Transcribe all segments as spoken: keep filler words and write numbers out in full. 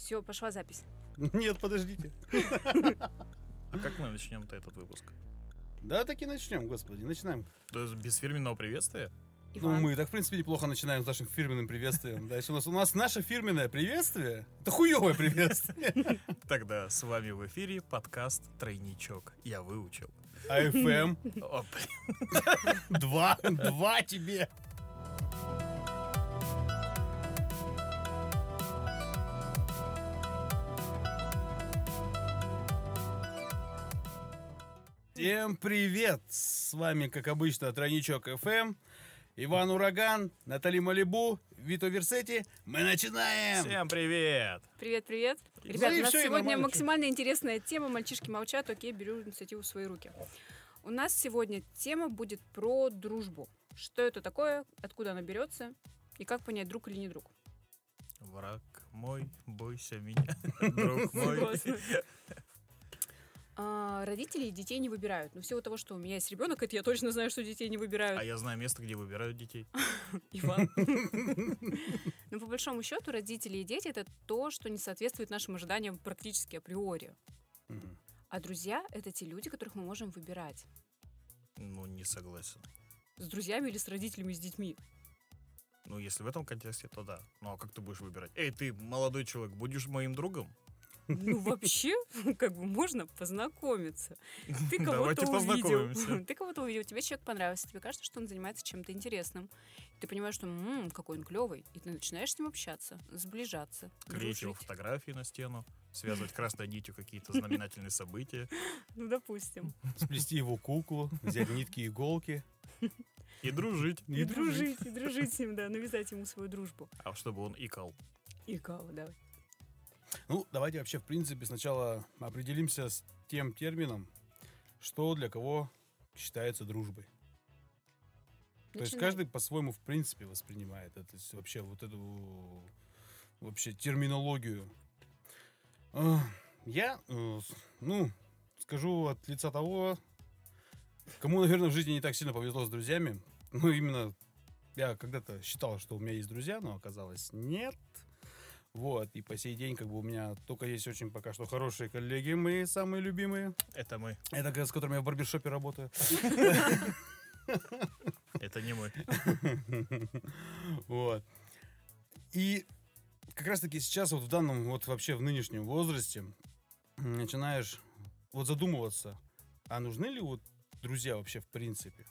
Все, пошла запись. Нет, подождите. А как мы начнем-то этот выпуск? Да, так и начнем, господи, начинаем. То есть без фирменного приветствия? Иван. Ну, мы так, в принципе, неплохо начинаем с нашим фирменным приветствием. Дальше у нас, у нас наше фирменное приветствие. Это хуевое приветствие. Тогда с вами в эфире подкаст «Тройничок». Я выучил. А эф эм? О, блин. Два. Два тебе. Всем привет! С вами, как обычно, Тройничок эф эм, Иван Ураган, Натали Малибу, Вито Версети. Мы начинаем! Всем привет! Привет, привет. Ну Ребята, и у нас всё, и сегодня нормально, максимально интересная тема. Мальчишки молчат, окей, беру инициативу в свои руки. У нас сегодня тема будет про дружбу. Что это такое, откуда она берется и как понять, друг или не друг. Враг мой, бойся меня, друг мой. Согласна. А, родители детей не выбирают. Но в силу того, что у меня есть ребенок, это я точно знаю, что детей не выбирают. А я знаю место, где выбирают детей. Иван. Но по большому счету родители и дети — это то, что не соответствует нашим ожиданиям практически априори. Мгм. А друзья — это те люди, которых мы можем выбирать. Ну, не согласен. С друзьями или с родителями, с детьми. Ну, если в этом контексте, то да. Ну, а как ты будешь выбирать? Эй, ты, молодой человек, будешь моим другом? Ну, вообще, как бы можно познакомиться. Ты Давайте кого-то увидел. познакомимся. Ты кого-то увидел, тебе человек понравился, тебе кажется, что он занимается чем-то интересным. Ты понимаешь, что м-м, какой он клевый, и ты начинаешь с ним общаться, сближаться, Клеить его дружить. фотографии на стену, связывать красной нитью какие-то знаменательные события Ну, допустим. Сплести его куклу, взять нитки, иголки. и дружить. И дружить, и дружить с ним, да, навязать ему свою дружбу. А чтобы он икал. И кого, да. Ну, давайте вообще, в принципе, сначала определимся с тем термином, что для кого считается дружбой. То есть Начинай. каждый по-своему, в принципе, воспринимает это, то есть вообще вот эту вообще терминологию. А, Я, э, с- ну, скажу от лица того, кому, наверное, в жизни не так сильно повезло с друзьями. Ну, именно я когда-то считал, что у меня есть друзья, но оказалось нет. Вот, и по сей день как бы у меня только есть очень пока что хорошие коллеги, мои самые любимые. Это мы. Это с которыми я в барбершопе работаю. Это не мы. Вот. И как раз-таки сейчас вот в данном, вот вообще в нынешнем возрасте начинаешь вот задумываться, а нужны ли вот друзья вообще в принципе?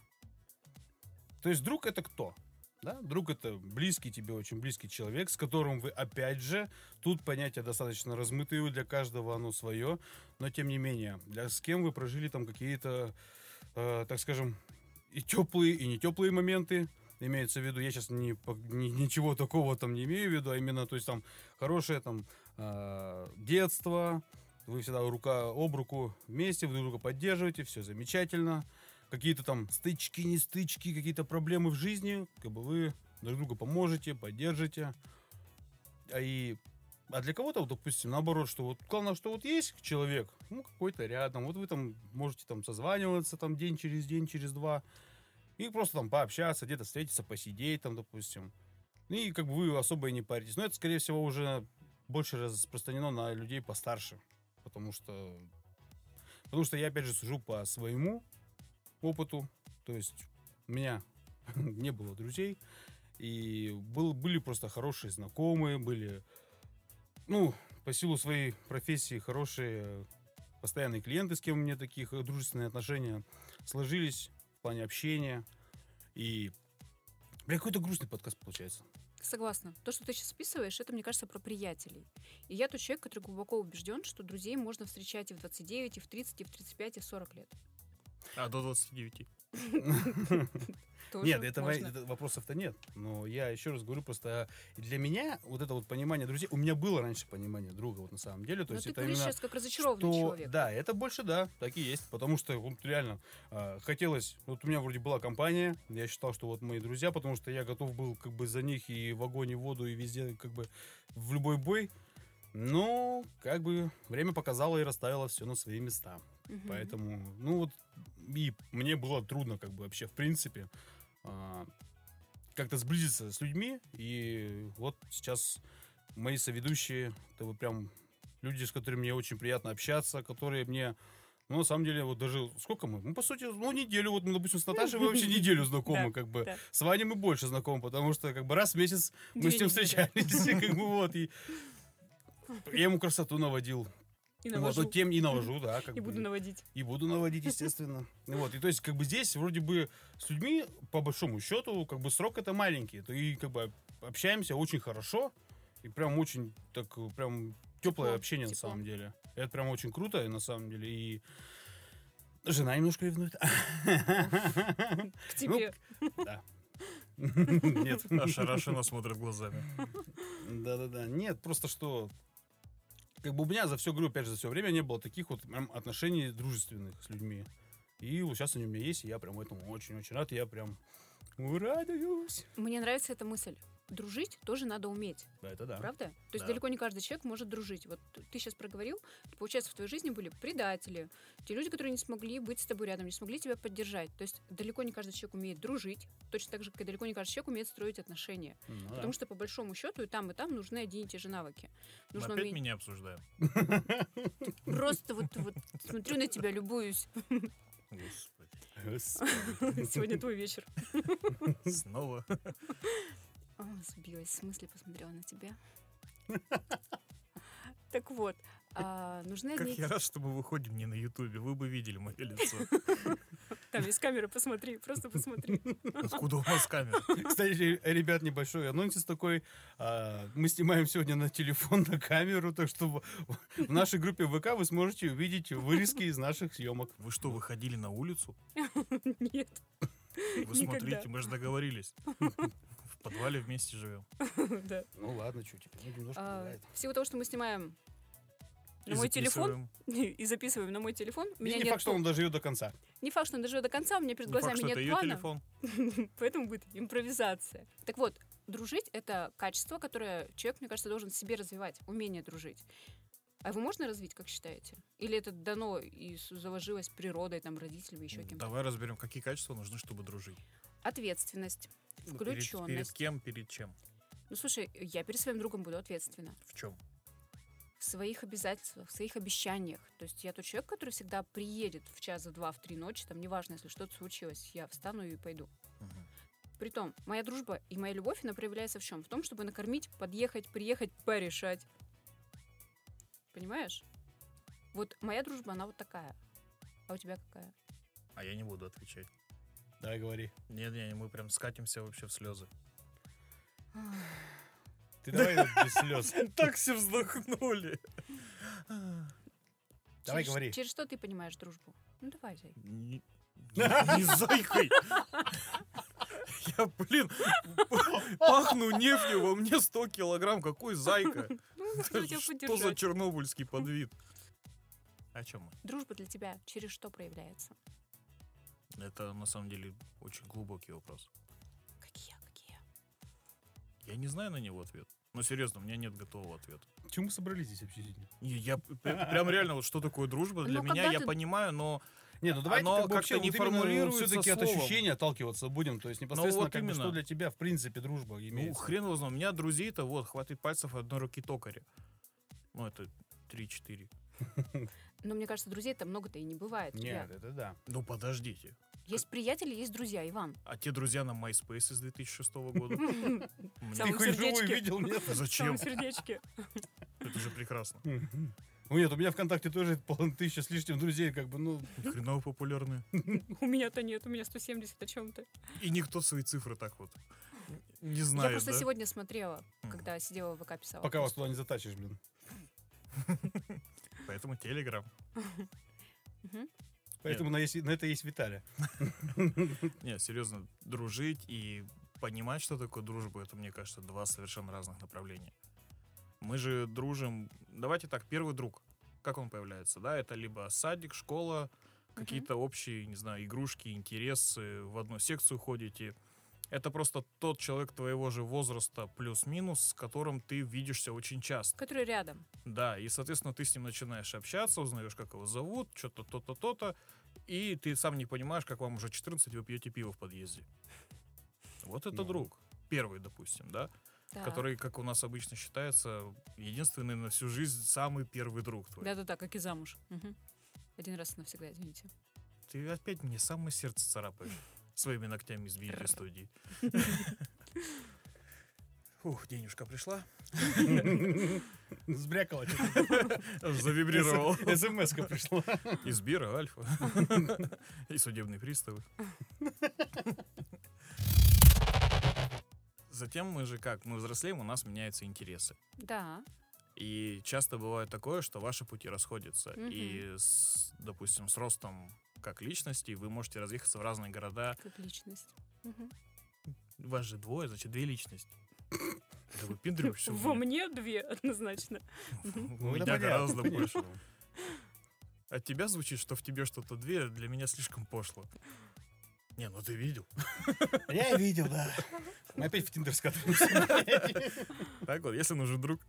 То есть друг — это кто? Да? Друг — это близкий тебе, очень близкий человек, с которым вы, опять же, тут понятия достаточно размытые, для каждого оно свое, но тем не менее, для, с кем вы прожили там какие-то, э, так скажем, и теплые, и не теплые моменты. Имеется в виду, я сейчас не, по- ни- ничего такого там не имею в виду, а именно, то есть там хорошее там э, детство, вы всегда рука об руку вместе, вы друг друга поддерживаете, все замечательно. Какие-то там стычки, не стычки, какие-то проблемы в жизни, как бы вы друг другу поможете, поддержите. А, и, а для кого-то, вот, допустим, наоборот, что вот главное, что вот есть человек, ну, какой-то рядом, вот вы там можете там созваниваться там день через день, через два, и просто там пообщаться, где-то встретиться, посидеть там, допустим. И как бы вы особо и не паритесь. Но это, скорее всего, уже больше распространено на людей постарше. Потому что, потому что я, опять же, сужу по своему опыту. То есть у меня не было друзей. И был, были просто хорошие знакомые, были, ну, по силу своей профессии хорошие постоянные клиенты, с кем у меня таких э, дружественные отношения сложились в плане общения. И, бля, какой-то грустный подкаст получается. Согласна. То, что ты сейчас описываешь, это, мне кажется, про приятелей. И я тот человек, который глубоко убежден, что друзей можно встречать и в двадцать девять, и в тридцать, и в тридцать пять, и в сорок лет. А до двадцати девяти. Тоже Нет, это, во- можно. это вопросов-то нет. Но я еще раз говорю, просто для меня вот это вот понимание друзей, у меня было раньше понимание друга, вот на самом деле. То Но есть ты это говоришь именно сейчас как разочарованный что- человек. Да, это больше да, так и есть. Потому что вот реально а, хотелось, вот у меня вроде была компания, я считал, что вот мои друзья, потому что я готов был как бы за них и в огонь, и в воду, и везде как бы в любой бой. Но как бы время показало и расставило все на свои места. Мгм. Поэтому, ну вот, и мне было трудно как бы вообще в принципе а, как-то сблизиться с людьми. И вот сейчас мои соведущие, это вот прям люди, с которыми мне очень приятно общаться, которые мне, ну, на самом деле, вот даже, сколько мы? Ну, по сути, ну, неделю, вот мы, допустим, с Наташей мы вообще неделю знакомы, Да, как бы. да. С Ваней мы больше знакомы, потому что, как бы, раз в месяц мы Две с ним недели. встречались, как бы, вот, и я ему красоту наводил. И Вот, навожу. ну, тем и навожу, да, как И бы. буду наводить. И буду наводить, естественно. Вот, и то есть, как бы здесь, вроде бы, с людьми, по большому счету, как бы срок это маленький. То и как бы общаемся очень хорошо. И прям очень так, прям теплое Тепло, общение на тепло. самом деле. Это прям очень круто, на самом деле. И жена немножко ревнует. К тебе. Да. Нет. Ошарашенно смотрит глазами. Да-да-да. Нет, просто что... Как бы у меня за все, говорю, опять же, за все время не было таких вот прям отношений дружественных с людьми. И вот сейчас они у меня есть, и я прям этому очень-очень рад. Я прям радуюсь. Мне нравится эта мысль. Дружить тоже надо уметь. Это да. Правда? То есть Да. далеко не каждый человек может дружить. Вот ты сейчас проговорил, получается, в твоей жизни были предатели, те люди, которые не смогли быть с тобой рядом, не смогли тебя поддержать. То есть далеко не каждый человек умеет дружить, точно так же, как и далеко не каждый человек умеет строить отношения. Ну да. Потому что, по большому счету, и там, и там нужны одни и те же навыки. Мы Нужно опять уметь... меня обсуждаем. Просто вот, вот смотрю на тебя, любуюсь. Господи. Господи. Сегодня твой вечер. Снова. О, сбилась, в смысле посмотрела на тебя. Так вот, а, нужны Как одни... я рад, что мы выходим не на Ютубе. Вы бы видели мое лицо. Там есть камера, посмотри, просто посмотри. Откуда у нас камера? Кстати, ребят, небольшой анонс такой. А, Мы снимаем сегодня на телефон, на камеру, так что в в нашей группе ВК вы сможете увидеть вырезки из наших съемок. Вы что, выходили на улицу? Нет, Вы Никогда. смотрите, мы же договорились. В подвале вместе живем. да. Ну ладно, что теперь, ну, немножко А, бывает. в силу того, что мы снимаем И на мой телефон записываем. и записываем на мой телефон, у И меня не нет... факт, что он доживет до конца. Не факт, что он доживет до конца, у меня перед Не факт, глазами что нет это ее плана, телефон. поэтому будет импровизация. Так вот, дружить — это качество, которое человек, мне кажется, должен в себе развивать, умение дружить. А его можно развить, как считаете? Или это дано и с- заложилось природой, там, родителями, еще кем-то? Давай разберем, какие качества нужны, чтобы дружить. Ответственность, Ну, перед- Перед включенность. кем, перед чем? Ну, слушай, я перед своим другом буду ответственна. В чем? В своих обязательствах, в своих обещаниях. То есть я тот человек, который всегда приедет в час, в два, в три ночи, там, неважно, если что-то случилось, я встану и пойду. Притом, моя дружба и моя любовь, она проявляется в чем? В том, чтобы накормить, подъехать, приехать, порешать. Понимаешь? Вот моя дружба, она вот такая. А у тебя какая? А я не буду отвечать. Давай говори. Нет-нет, мы прям скатимся вообще в слезы. Ты давай без слез. Так все вздохнули. Давай через, говори. Через что ты понимаешь дружбу? Ну давай, Зай. Не не зайкой. Я, блин, пахну нефтью, во мне сто килограмм. Какой зайка? Ну, хочу тебя Что за поддержать. чернобыльский подвид? О чем мы? Дружба для тебя через что проявляется? Это на самом деле очень глубокий вопрос. Какие, какие? Я не знаю на него ответ. Но серьезно, у меня нет готового ответа. Чему мы собрались здесь вообще сегодня? Не, Я п- прям реально, вот что такое дружба, для Но меня когда я ты- понимаю, но Не, ну давайте Оно как бы вообще как-то не вот именно формулируется все-таки от словом. ощущения отталкиваться будем. То есть непосредственно вот как бы, что именно. для тебя в принципе дружба ну имеется. хрен его знает. У меня друзей-то вот хватит пальцев одной руки токаря. Ну это три-четыре. Но мне кажется, друзей-то много-то и не бывает. Нет, ребят. это да. Ну подождите. Есть приятели, есть друзья, Иван. А те друзья на MySpace из две тысячи шестого года? В Мне- Ты самом хоть живую сердечке. видел, нет? В Зачем? самом сердечке. Это же прекрасно. Ну нет, у меня ВКонтакте тоже пол- тысяча с лишним друзей, как бы, ну... Ни хреново популярные. У меня-то нет, у меня сто семьдесят о чем-то. И никто свои цифры так вот не Я знает, просто да? сегодня смотрела, Мгм. когда сидела в ВК писала. Пока вас туда не затащишь, блин. Поэтому Телеграм. Мгм. Поэтому на, есть- на это есть Виталия. Не, серьезно, дружить и понимать, что такое дружба, это, мне кажется, два совершенно разных направления. Мы же дружим... Давайте так, первый друг. Как он появляется, да? Это либо садик, школа, какие-то общие, не знаю, игрушки, интересы, в одну секцию ходите. Это просто тот человек твоего же возраста плюс-минус, с которым ты видишься очень часто. Который рядом. Да, и, соответственно, ты с ним начинаешь общаться, узнаешь, как его зовут, что-то то-то, то-то, и ты сам не понимаешь, как вам уже четырнадцать, вы пьете пиво в подъезде. Вот это Ну. друг. Первый, допустим, да. Да. который, как у нас обычно считается, единственный на всю жизнь самый первый друг твой. Да-да-да, как и замуж. Мгм. Один раз и навсегда, извините. Ты опять мне самое сердце царапаешь своими ногтями из видеостудии. Ух, денежка пришла. Сбрякала что-то. Завибрировал. СМС-ка пришла. Из Бира, Альфа. И судебные приставы. Затем мы же как? Мы взрослеем, у нас меняются интересы. Да. И часто бывает такое, что ваши пути расходятся. Мгм. И, с, допустим, с ростом как личности вы можете разъехаться в разные города. Как личность. Мгм. Вас же двое, значит, две личности. Да вы пиндрюшься. Во мне две, однозначно. У Ну, это меня понятно, гораздо конечно. больше. От тебя звучит, что в тебе что-то две, для меня слишком пошло. Не, ну ты видел. Я видел, да. Мы опять в Тиндер скатываемся. Так вот, если нужен друг,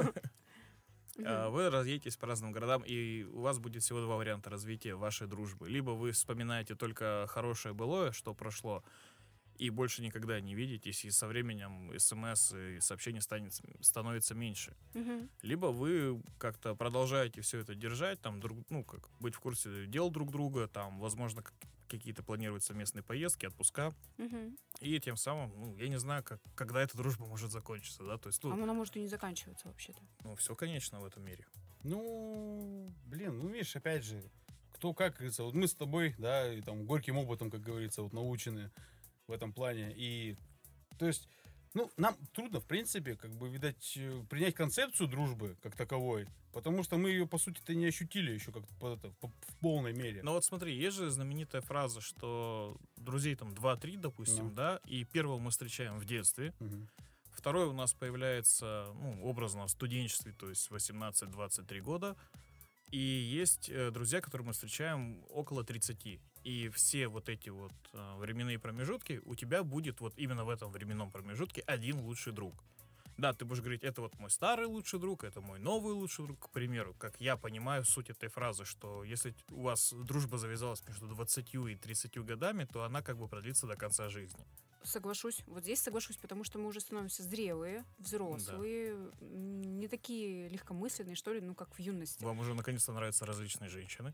а, вы разъедетесь по разным городам, и у вас будет всего два варианта развития вашей дружбы. Либо вы вспоминаете только хорошее былое, что прошло, и больше никогда не видитесь, и со временем смс и сообщений станет, становится меньше. Мгм. Либо вы как-то продолжаете все это держать, там, друг, ну, как быть в курсе дел друг друга, там, возможно, как- какие-то планируют совместные поездки, отпуска, Мгм. и тем самым, ну, я не знаю, как, когда эта дружба может закончиться, да, то есть, А ну, она может и не заканчиваться вообще-то. ну все конечно в этом мире. Ну, блин, ну видишь, опять же, кто как говорится, вот мы с тобой, да, и там горьким опытом, как говорится, вот научены в этом плане. И, то есть, ну, нам трудно, в принципе, как бы, видать, э, принять концепцию дружбы как таковой, потому что мы ее, по сути-то, не ощутили еще как по- это, по- в полной мере. Но вот смотри, есть же знаменитая фраза, что друзей там два-три, допустим, Ну. да, и первого мы встречаем в детстве, Мгм. второй у нас появляется, ну, образно, в студенчестве, то есть восемнадцать-двадцать три года, и есть э, друзья, которые мы встречаем около тридцати. И все вот эти вот э, временные промежутки, у тебя будет вот именно в этом временном промежутке один лучший друг. Да, ты будешь говорить, это вот мой старый лучший друг, это мой новый лучший друг, к примеру. Как я понимаю суть этой фразы, что если у вас дружба завязалась между двадцатью и тридцатью годами, то она как бы продлится до конца жизни. Соглашусь. Вот здесь соглашусь, потому что мы уже становимся зрелые, взрослые, м, не такие легкомысленные, что ли, ну, как в юности. Вам уже наконец-то нравятся различные женщины?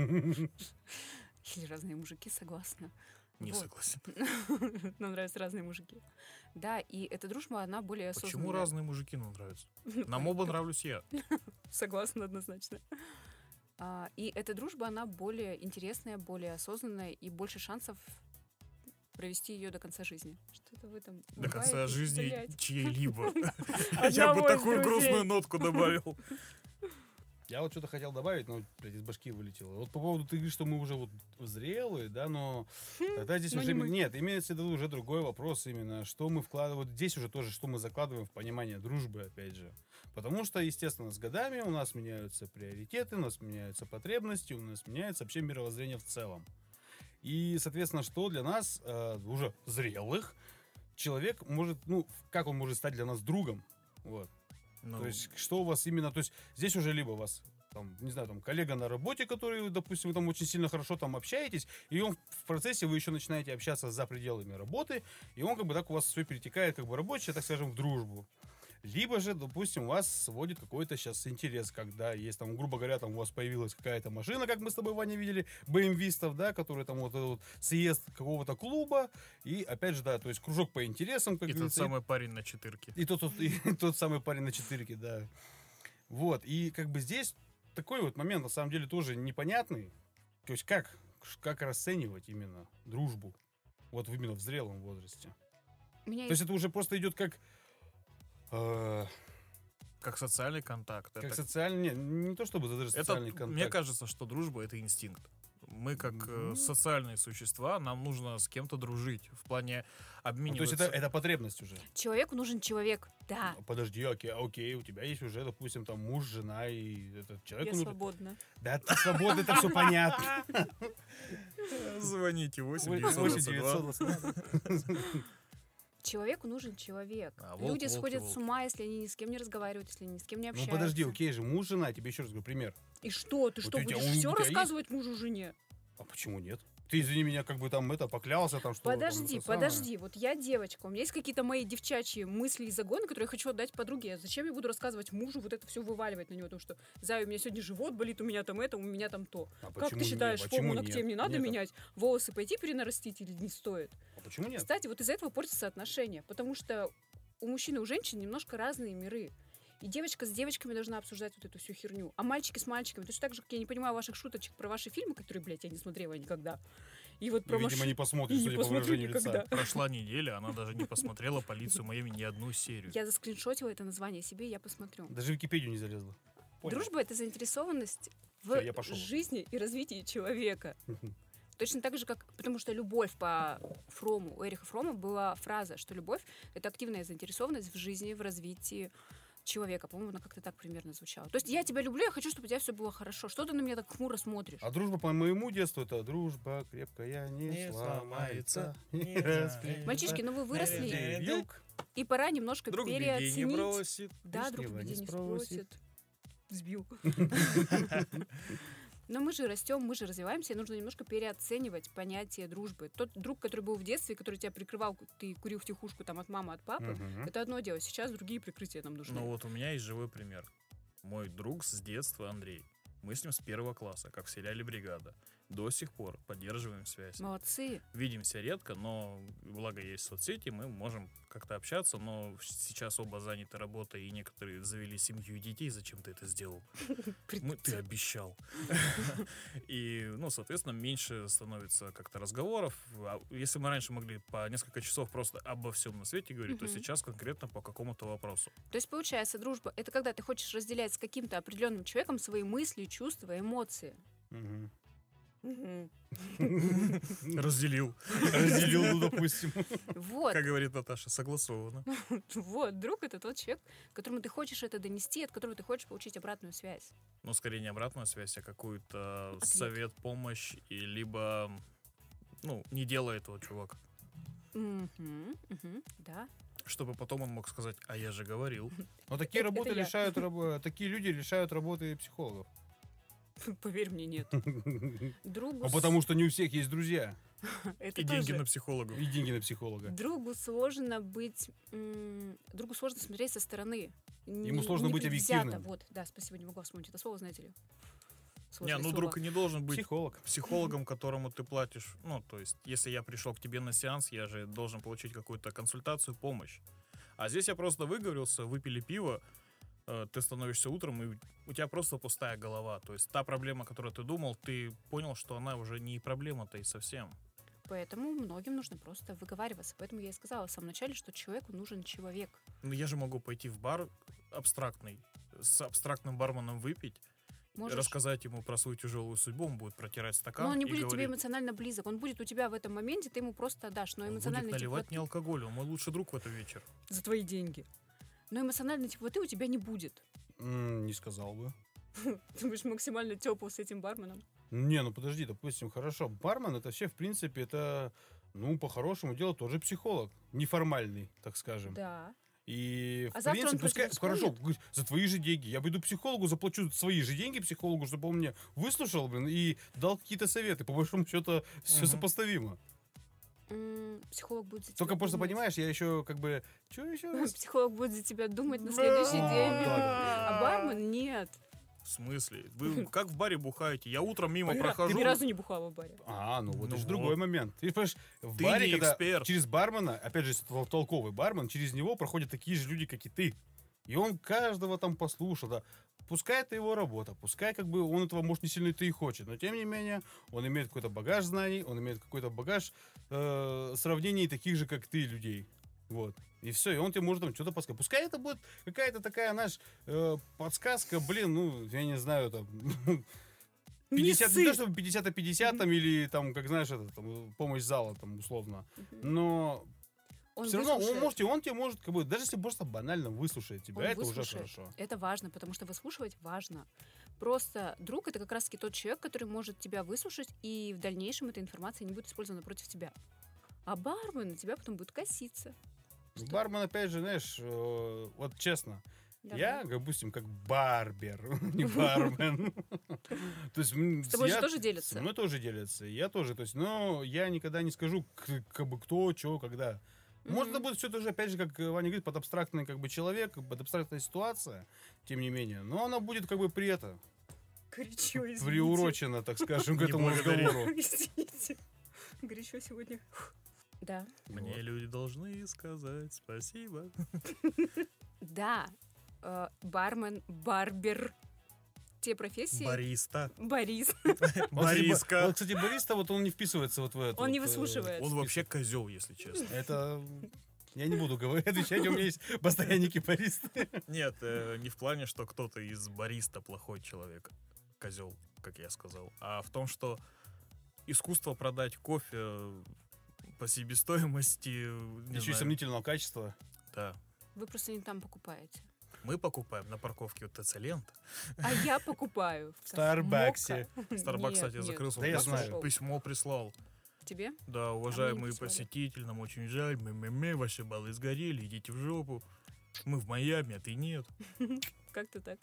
Или разные мужики, согласна. Не Вот. согласен. Нам нравятся разные мужики. Да, и эта дружба, она более осознанная. Почему разные мужики нам нравятся? Нам оба нравлюсь я. Согласна однозначно. А, и эта дружба, она более интересная, более осознанная и больше шансов провести ее до конца жизни. Что-то в этом До конца жизни чьей-либо. Я Одного бы из такую друзей. грустную нотку добавил. Я вот что-то хотел добавить, но, блядь, из башки вылетело. Вот по поводу, ты говоришь, что мы уже вот зрелые, да, но тогда здесь но уже... не мы. Нет, имеется в виду уже другой вопрос именно, что мы вкладываем... Вот здесь уже тоже, что мы закладываем в понимание дружбы, опять же. Потому что, естественно, с годами у нас меняются приоритеты, у нас меняются потребности, у нас меняется вообще мировоззрение в целом. И, соответственно, что для нас, э, уже зрелых, человек может, ну, как он может стать для нас другом, вот. Ну, То есть, что у вас именно, то есть, здесь уже либо у вас, там, не знаю, там, коллега на работе, который, допустим, вы там очень сильно хорошо там общаетесь, и он в процессе, вы еще начинаете общаться за пределами работы, и он как бы так у вас все перетекает, как бы рабочее, так скажем, в дружбу. Либо же, допустим, у вас сводит какой-то сейчас интерес, когда есть там, грубо говоря, там у вас появилась какая-то машина, как мы с тобой, Ваня, видели, бэ эм вистов, да, который там вот, этот вот съезд какого-то клуба, и опять же, да, то есть кружок по интересам, как и тот говорится, самый парень на четырке. и тот, тот, и тот самый парень на четырке, да. Вот, и как бы здесь такой вот момент, на самом деле, тоже непонятный. То есть как, как расценивать именно дружбу, вот именно в зрелом возрасте. Меня То есть это уже просто идет как... э, Как социальный контакт. как Это- социальный... Не, не то чтобы даже Это, социальный контакт. мне кажется, что дружба — это инстинкт. Мы, как э, Ну. социальные существа, нам нужно с кем-то дружить. В плане Ну, то обмениваться. есть это, это потребность уже. Человеку нужен человек. Да, Ну, Подожди, окей, окей, у тебя есть уже, допустим, там муж, жена, и этот человек... я ну, свободна. Да, ты свободна, это все понятно. Звоните восемь Ой, девятьсот восемь двадцать два. девятьсот двадцать два. Человеку нужен человек. А, волк, Люди волки, сходят волки. с ума, если они ни с кем не разговаривают, если они ни с кем не Ну общаются. подожди, окей же, муж, жена, тебе еще раз говорю пример. И что? Ты Вот что, у тебя- будешь у все тебя есть- рассказывать мужу, жене? А почему нет? ты, извини меня, как бы там это, поклялся там, что... Подожди, там, это самое. подожди, вот я девочка, у меня есть какие-то мои девчачьи мысли и загоны, которые я хочу отдать подруге. Зачем я буду рассказывать мужу, вот это все вываливать на него, потому что, Зая, у меня сегодня живот болит, у меня там это, у меня там то. А Как почему ты считаешь, нет? форму Почему ногтей нет? не надо Нет, а- менять? Волосы пойти перенарастить или не стоит? А почему нет? Кстати, вот из-за этого портятся отношения, потому что у мужчин и у женщин немножко разные миры. И девочка с девочками должна обсуждать вот эту всю херню. А мальчики с мальчиками. Точно так же, как я не понимаю ваших шуточек про ваши фильмы, которые, блядь, я не смотрела никогда. И вот И, про видимо, маши- не посмотришь, и не судя по посмотрю выражению никогда. лица. Прошла неделя, она даже не посмотрела «Полицию Майами» ни одну серию. Я заскриншотила это название себе, я посмотрю. Даже в Википедию не залезла. Понял. Дружба — это заинтересованность в Всё, я пошёл. жизни и развитии человека. Точно так же, как... Потому что любовь по Фрому, у Эриха Фрома была фраза, что любовь — это активная заинтересованность в жизни, в развитии человека. По-моему, она как-то так примерно звучала. То есть я тебя люблю, я хочу, чтобы у тебя все было хорошо. Что ты на меня так хмуро смотришь? А дружба по моему детству — это дружба крепкая, не, Не сломается, сломается, не не разбьется. Мальчишки, ну вы выросли, Где вьюг, и пора немножко Друг в беде не переоценить. бросит. Да, друг в лишнего беде не не спросит. спросит. Сбил. Но мы же растем, мы же развиваемся, и нужно немножко переоценивать понятие дружбы. Тот друг, который был в детстве, который тебя прикрывал, ты курил втихушку там от мамы, от папы, Мгм. это одно дело. Сейчас другие прикрытия нам нужны. Ну вот у меня есть живой пример. Мой друг с детства Андрей. Мы с ним с первого класса, как в сериале «Бригада». До сих пор поддерживаем связь. Молодцы. Видимся редко, но благо есть соцсети, мы можем как-то общаться, но сейчас оба заняты работой, и некоторые завели семью и детей. Зачем ты это сделал? Мы, ты обещал. И, ну, соответственно, меньше становится как-то разговоров. А если мы раньше могли по несколько часов просто обо всем на свете говорить, то Мгм. сейчас конкретно по какому-то вопросу. То есть, получается, дружба — это когда ты хочешь разделять с каким-то определенным человеком свои мысли, чувства, эмоции. Мгм. Мгм. Разделил. Разделил, ну, допустим. Вот, Как говорит Наташа, согласовано. вот, друг — это тот человек, которому ты хочешь это донести, от которого ты хочешь получить обратную связь. Ну, скорее не обратную связь, а какую-то Ответ. совет, помощь, и либо, ну, не делай этого, чувак. Мгм, мгм, да. Чтобы потом он мог сказать, а я же говорил. Но такие Это- работы это я. лишают, рабо- такие люди лишают работы психологов. Поверь мне, нет. Другу А с- потому что не у всех есть друзья это И деньги тоже. на психологов. и деньги на психолога. Другу сложно быть... м, Другу сложно смотреть со стороны. Ему сложно быть непредвзято. объективным. Вот, да, спасибо, не могла вспомнить это слово, знаете ли. Не, Сложное ну слово. друг и не должен быть Психолог. психологом, которому ты платишь. Ну, то есть, если я пришел к тебе на сеанс, я же должен получить какую-то консультацию, помощь. А здесь я просто выговорился, выпили пиво, э, ты становишься утром, и у тебя просто пустая голова. То есть та проблема, которую ты думал, ты понял, что она уже не проблема-то и совсем. Поэтому многим нужно просто выговариваться. Поэтому я и сказала в самом начале, что человеку нужен человек. Ну, я же могу пойти в бар абстрактный, с абстрактным барменом выпить, Можешь... рассказать ему про свою тяжелую судьбу, он будет протирать стакан. Но он не и будет тебе говорить, эмоционально близок. Он будет у тебя в этом моменте, ты ему просто дашь. Но он будет эмоциональной наливать теплоты не алкоголь, он мой лучший друг в этот вечер. за твои деньги. Но эмоциональной теплоты у тебя не будет. М, Не сказал бы. Ты будешь максимально тепл с этим барменом. Не, ну подожди, допустим, хорошо. Бармен — это вообще, в принципе, это, ну, по-хорошему дело тоже психолог. Неформальный, так скажем. Да. И, А в завтра он принципе, пускай, против хорошо, вспомнит? говорит, за твои же деньги. Я пойду к психологу, заплачу свои же деньги психологу, чтобы он мне выслушал, блин, и дал какие-то советы. По большому счету, все Мгм. сопоставимо. М, Психолог будет за тебя Только просто, думать. понимаешь, я еще как бы... Че еще раз? Психолог будет за тебя думать на следующий Да, день. да, да. А бармен нет. В смысле? Вы как в баре бухаете? Я утром мимо Понятно. Ты прохожу. ни разу не бухала в баре. А, ну вот Ну это же вот. другой момент. Ты понимаешь, в Ты баре, не когда эксперт. через бармена, опять же, если тол- толковый бармен, через него проходят такие же люди, как и ты. И он каждого там послушал, да. Пускай это его работа, пускай как бы он этого, может, не сильно-то и хочет, но тем не менее он имеет какой-то багаж знаний, он имеет какой-то багаж э, сравнений таких же, как ты, людей. Вот. И все, и он тебе может там что-то подсказать. Пускай это будет какая-то такая, знаешь, э, подсказка, блин, ну, я не знаю, там... пятьдесят, не, Не то, ссы. чтобы пятьдесят на пятьдесят, там, или там, как знаешь, это, там, помощь зала, там, условно. Но Он все равно он выслушает. может, и он тебе может, как бы, даже если просто банально выслушает тебя, Он это уже выслушает. хорошо. Это важно, потому что выслушивать важно. Просто друг — это как раз-таки тот человек, который может тебя выслушать, и в дальнейшем эта информация не будет использована против тебя. А бармен на тебя потом будет коситься. Что? Бармен, опять же, знаешь, э, вот честно, Давай. я, допустим, как барбер, не бармен. То есть м, С тобой же я- тоже Со делятся. мной тоже делятся. Я тоже. То есть, но я никогда не скажу, к- как бы кто, что, когда. Может, это Мгм. будет все тоже, опять же, как Ваня говорит, под абстрактный как бы человек, под абстрактная ситуация, тем не менее. Но она будет как бы при это, Горячо, извините. приурочена, так скажем, к Не этому благодари. разговору. Извините. Горячо сегодня. Да. Мне Вот. люди должны сказать спасибо. Да. Э, Бармен, барбер. Те профессии. Бариста. Борис. Вот, кстати, Ба- Бариска. вот, кстати, бариста, вот он не вписывается вот в это. Он не вот, э, выслушивает. Он вообще козел, если честно. Это... Я не буду говорить, отвечать, у меня есть постоянники баристы. Нет, э, не в плане, что кто-то из бариста плохой человек, козел, как я сказал, а в том, что искусство продать кофе по себестоимости, не Еще и знаю, сомнительного качества. да. Вы просто не там покупаете. Мы покупаем на парковке у ТЦ Лента. А я покупаю. В Старбаксе. Старбакс, Нет, кстати, нет. закрылся. Да Он я письмо- знаю. Письмо прислал. Тебе? Да, уважаемые прислали. посетители, нам очень жаль. Мы-мы-мы, ваши баллы сгорели, идите в жопу. Мы в Майами, а ты нет. Как-то так.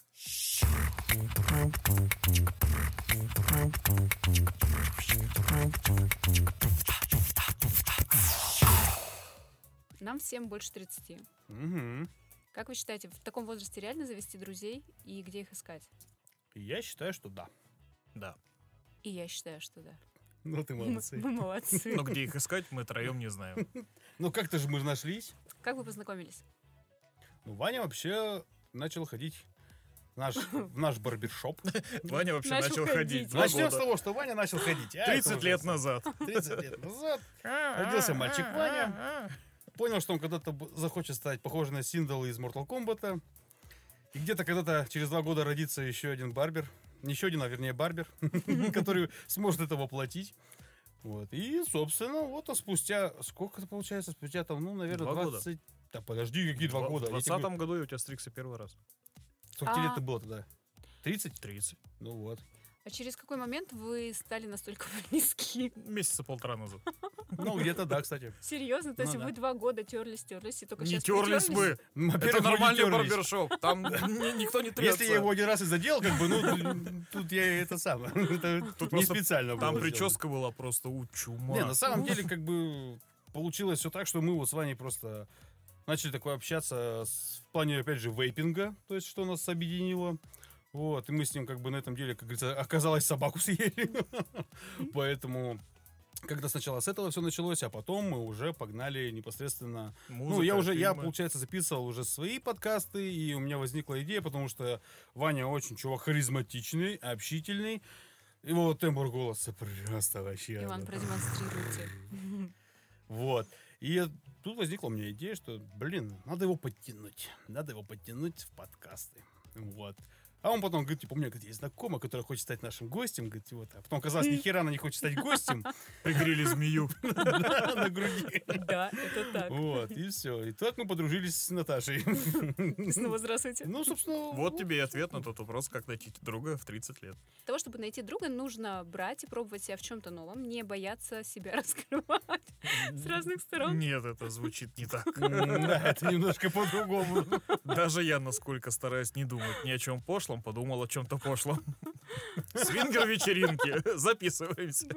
Нам всем больше тридцати. Мгм. Как вы считаете, в таком возрасте реально завести друзей и где их искать? Я считаю, что да. Да. И я считаю, что да. Ну ты молодцы. Вы молодцы. Но где их искать, мы троем не знаем. Ну как-то же мы же нашлись. Как вы познакомились? Ну, Ваня вообще начал ходить в наш, в наш барбершоп. Ваня вообще Начал начал ходить. ходить. два Начнем с года. того, что Ваня начал ходить. А, это тридцать уже лет сам. назад. тридцать лет назад. Родился мальчик Ваня. Понял, что он когда-то б- захочет стать похож на Синдала из Mortal Kombat. И где-то когда-то через два года родится еще один барбер. Не еще один, а вернее барбер, который сможет это воплотить. Вот. И, собственно, вот а спустя... Сколько это получается? Спустя там, ну, наверное, Два года. двадцать... Да подожди, какие два Два- года? В Я тебе говорю, двадцатом году я у тебя стригся первый раз. Сколько тебе А- лет-то было тогда? тридцать? тридцать. Ну вот. А через какой момент вы стали настолько близки? Месяца полтора назад. Ну, где-то да, кстати. Серьезно? То Ну есть да. вы два года терлись, терлись, и только Не сейчас терлись притерлись? мы. Ну, Это во-первых, мы не нормальный терлись. барбершоп. Там ни- никто не трется. Если я его один раз и задел, как бы, ну, тут я это самое. Это Тут не просто специально было Там сделано. прическа была просто у чума. Не, на самом деле, как бы, получилось все так, что мы вот с Ваней просто начали такое общаться с- в плане, опять же, вейпинга, то есть, что нас объединило. Вот, и мы с ним, как бы, на этом деле, как говорится, оказалось, собаку съели. Поэтому, когда сначала с этого все началось, а потом мы уже погнали непосредственно... Ну, Музыка, я уже, я, фильмы. получается, записывал уже свои подкасты, и у меня возникла идея, потому что Ваня очень чувак харизматичный, общительный. Его тембр голоса просто вообще... Иван, ну, продемонстрируйте. Вот. И тут возникла у меня идея, что, блин, надо его подтянуть. Надо его подтянуть в подкасты. Вот. А он потом говорит, типа, у меня говорит, есть знакомая, которая хочет стать нашим гостем. Говорит, вот. А потом оказалось, ни хера она не хочет стать гостем Пригрели змею. на груди. Да, это так. Вот, и все. И так мы подружились с Наташей. Снова здравствуйте. Ну, собственно... Вот тебе и ответ на тот вопрос, как найти друга в тридцать лет. Для того, чтобы найти друга, нужно брать и пробовать себя в чем-то новом, не бояться себя раскрывать с разных сторон. Нет, это звучит не так. М, Да, это немножко по-другому. Даже я, насколько стараюсь не думать ни о чем пошлом, подумал о чем-то пошлом. Свингер-вечеринки. Записываемся.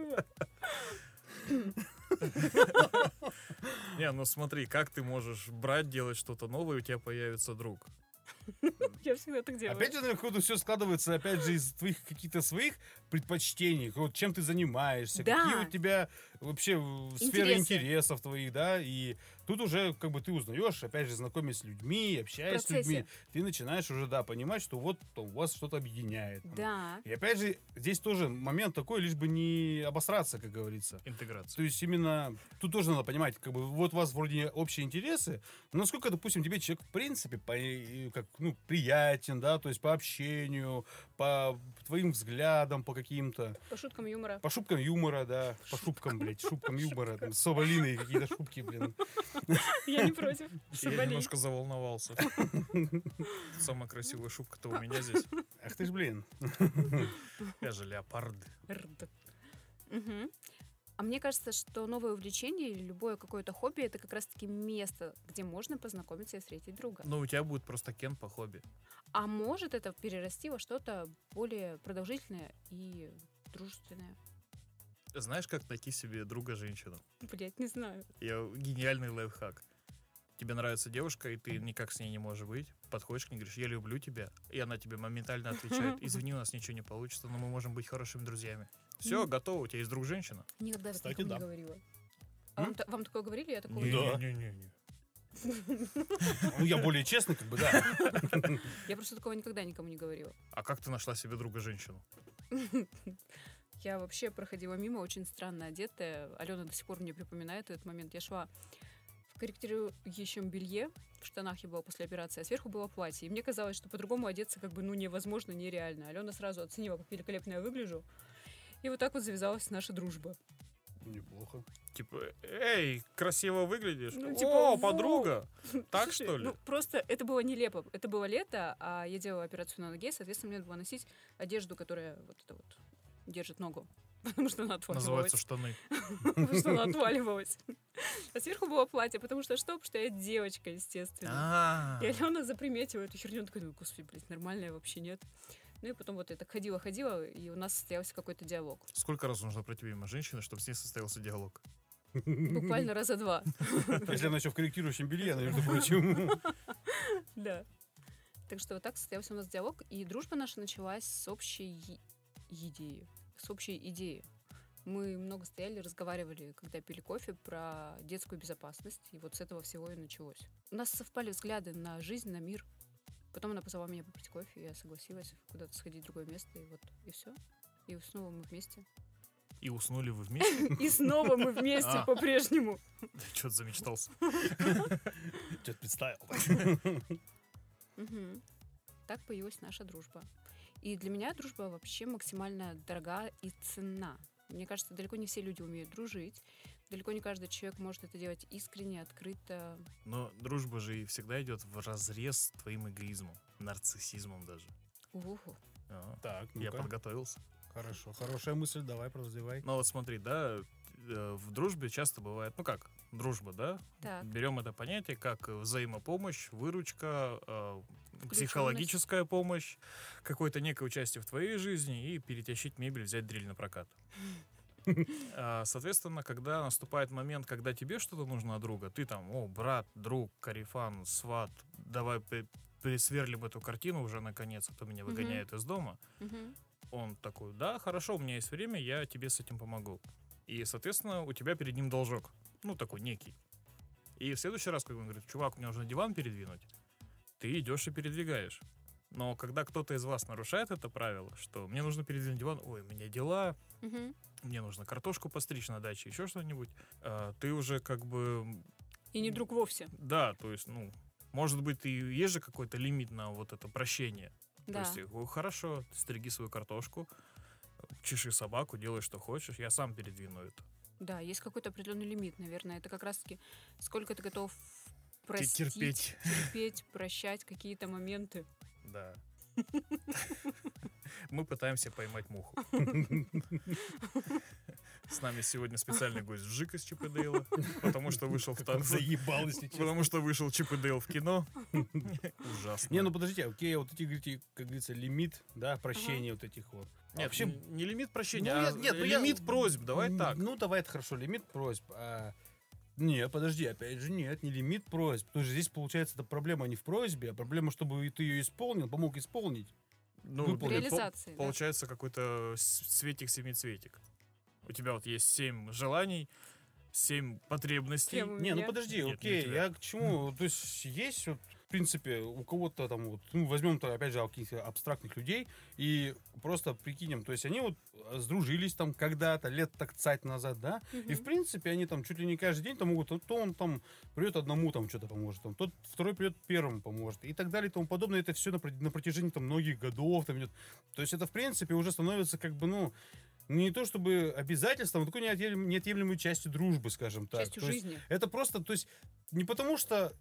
Не, ну смотри, как ты можешь брать, делать что-то новое, у тебя появится друг. Я всегда так делаю. Опять же, на ходу все складывается, опять же, из твоих каких-то своих предпочтений, вот чем ты занимаешься, Да. какие у тебя вообще э, сферы Интересы. интересов твоих, да, и тут уже как бы ты узнаешь, опять же, знакомясь с людьми, общаясь с процессе. людьми, ты начинаешь уже, да, понимать, что вот у вас что-то объединяет. там. Да. И опять же, здесь тоже момент такой, лишь бы не обосраться, как говорится. Интеграция. То есть именно тут тоже надо понимать, как бы вот у вас вроде общие интересы, но насколько, допустим, тебе человек в принципе по, и как, ну, приятен, да, то есть по общению, по твоим взглядам, по каким-то, По шуткам юмора. по шуткам юмора, да, по шуткам, блядь, шуткам юмора, там, соболиные какие-то шутки, блин. Я не против. Я Соболей. немножко заволновался. Самая красивая шубка-то у меня здесь. Ах ты ж, блин. Я же леопард. Рд. Мгм. А мне кажется, что новое увлечение или любое какое-то хобби — это как раз-таки место, где можно познакомиться и встретить друга. Ну, у тебя будет просто Кен по хобби. А может это перерасти во что-то более продолжительное и дружественное. Знаешь, как найти себе друга-женщину? Блять, не знаю. Я гениальный лайфхак. Тебе нравится девушка, и ты никак с ней не можешь быть. Подходишь к ней, говоришь, я люблю тебя. И она тебе моментально отвечает, извини, у нас ничего не получится, но мы можем быть хорошими друзьями. Все, готово, у тебя есть друг-женщина. Никогда Кстати, такого да. не говорила. А вам, та- вам такое говорили? Я такого Не- не Да. Не-не-не. Ну, я более честный, как бы, да. Я просто такого никогда никому не говорила. А как ты нашла себе друга-женщину? Я вообще проходила мимо, очень странно одетая. Алена до сих пор мне припоминает этот момент. Я шла в корректирующем белье, в штанах я была после операции, а сверху было платье. И мне казалось, что по-другому одеться как бы ну невозможно, нереально. Алена сразу оценила, как великолепно я выгляжу. И вот так вот завязалась наша дружба. Неплохо. Типа, эй, красиво выглядишь. Ну, типа, О, во. подруга. Так, Слушай, что ли? Ну, просто это было нелепо. Это было лето, а я делала операцию на ноге, соответственно, мне надо было носить одежду, которая вот это вот держит ногу. Потому что она отваливалась. Называются штаны. Потому что она отваливалась. А сверху было платье, потому что что? Потому что я девочка, естественно. А, И Алена заприметила эту херню, такая, ну, господи, блядь, нормальная вообще нет. Ну и потом вот я так ходила-ходила, и у нас состоялся какой-то диалог. сколько раз нужно пройти мимо женщины, чтобы с ней состоялся диалог? Буквально раза два. Если она еще в корректирующем белье, между прочим. Да. Так что вот так состоялся у нас диалог, и дружба наша началась с общей е- идеи. С общей идеи. Мы много стояли, разговаривали, когда пили кофе, про детскую безопасность, и вот с этого всего и началось. У нас совпали взгляды на жизнь, на мир. Потом она позвала меня попить кофе, я согласилась куда-то сходить в другое место, и вот, и все. И снова мы вместе. И уснули вы вместе? И снова мы вместе А. по-прежнему. Что-то замечтался. Что-то представил. Мгм. Так появилась наша дружба. И для меня дружба вообще максимально дорога и ценна. Мне кажется, далеко не все люди умеют дружить. Далеко не каждый человек может это делать искренне, открыто. Но дружба же и всегда идет в разрез с твоим эгоизмом, нарциссизмом даже. Уху. А, Так, Я ну-ка. подготовился. Хорошо, хорошая мысль, давай, развивай. Ну вот смотри, да, э, в дружбе часто бывает, ну как, дружба, да? Так. Берем это понятие как взаимопомощь, выручка, э, Включённость. психологическая помощь, какое-то некое участие в твоей жизни и перетащить мебель, взять дрель на прокат. А, Соответственно, когда наступает момент, когда тебе что-то нужно от друга, ты там, о, брат, друг, карифан, сват, давай при- присверлим эту картину уже наконец, а то меня Мгм. выгоняют из дома. Мгм. Он такой, да, хорошо, у меня есть время, я тебе с этим помогу. И, соответственно, у тебя перед ним должок. Ну, такой некий. И в следующий раз, когда он говорит, чувак, мне нужно диван передвинуть, ты идешь и передвигаешь. Но когда кто-то из вас нарушает это правило, что мне нужно передвинуть диван, ой, у меня дела, Мгм. мне нужно картошку постричь на даче, еще что-нибудь, а, ты уже как бы, И не друг вовсе. да, то есть, ну, может быть, и есть же какой-то лимит на вот это прощение. То Да. есть, «О, хорошо, стриги свою картошку, чеши собаку, делай, что хочешь, я сам передвину это. Да, есть какой-то определенный лимит, наверное. Это как раз-таки сколько ты готов простить, терпеть. терпеть, прощать какие-то моменты. Да. Мы пытаемся поймать муху. С нами сегодня специальный гость Жик из Чип и Дейла, потому что вышел в танце. Заебал, если честно. Потому что вышел Чип и Дейл в кино. Ужасно. Не, ну подождите, окей, вот эти, говорите, как говорится, лимит, да, прощения вот этих вот. А Нет, вообще, н- не лимит прощения, ну, а нет, нет, ну, я- лимит просьб. Давай м, так. Ну, давай, это хорошо, лимит просьб. А, не, подожди, опять же, нет, не лимит просьб. Потому что здесь, получается, это проблема не в просьбе, а проблема, чтобы ты ее исполнил, помог исполнить. Ну, выполнить. пол- Реализации, да. Получается какой-то с- цветик-семицветик. У тебя вот есть семь желаний, семь потребностей. Прям у Не, ну меня. подожди, Нет, не у окей, тебя. я к чему? То есть есть вот, в принципе, у кого-то там вот, ну, возьмем-то, опять же, каких-то абстрактных людей и просто прикинем, то есть они вот э, сдружились там когда-то, лет так цать назад, да, и в Мгм. принципе они там чуть ли не каждый день там могут, то он там придет одному там что-то поможет, там, тот второй придет первому поможет и так далее и тому подобное. Это все на, про- на протяжении там многих годов там идет. То есть это в принципе уже становится как бы, ну, не то чтобы обязательством, а такой неотъем- неотъемлемой частью дружбы, скажем так. Частью То есть жизни. это просто, то есть не потому что там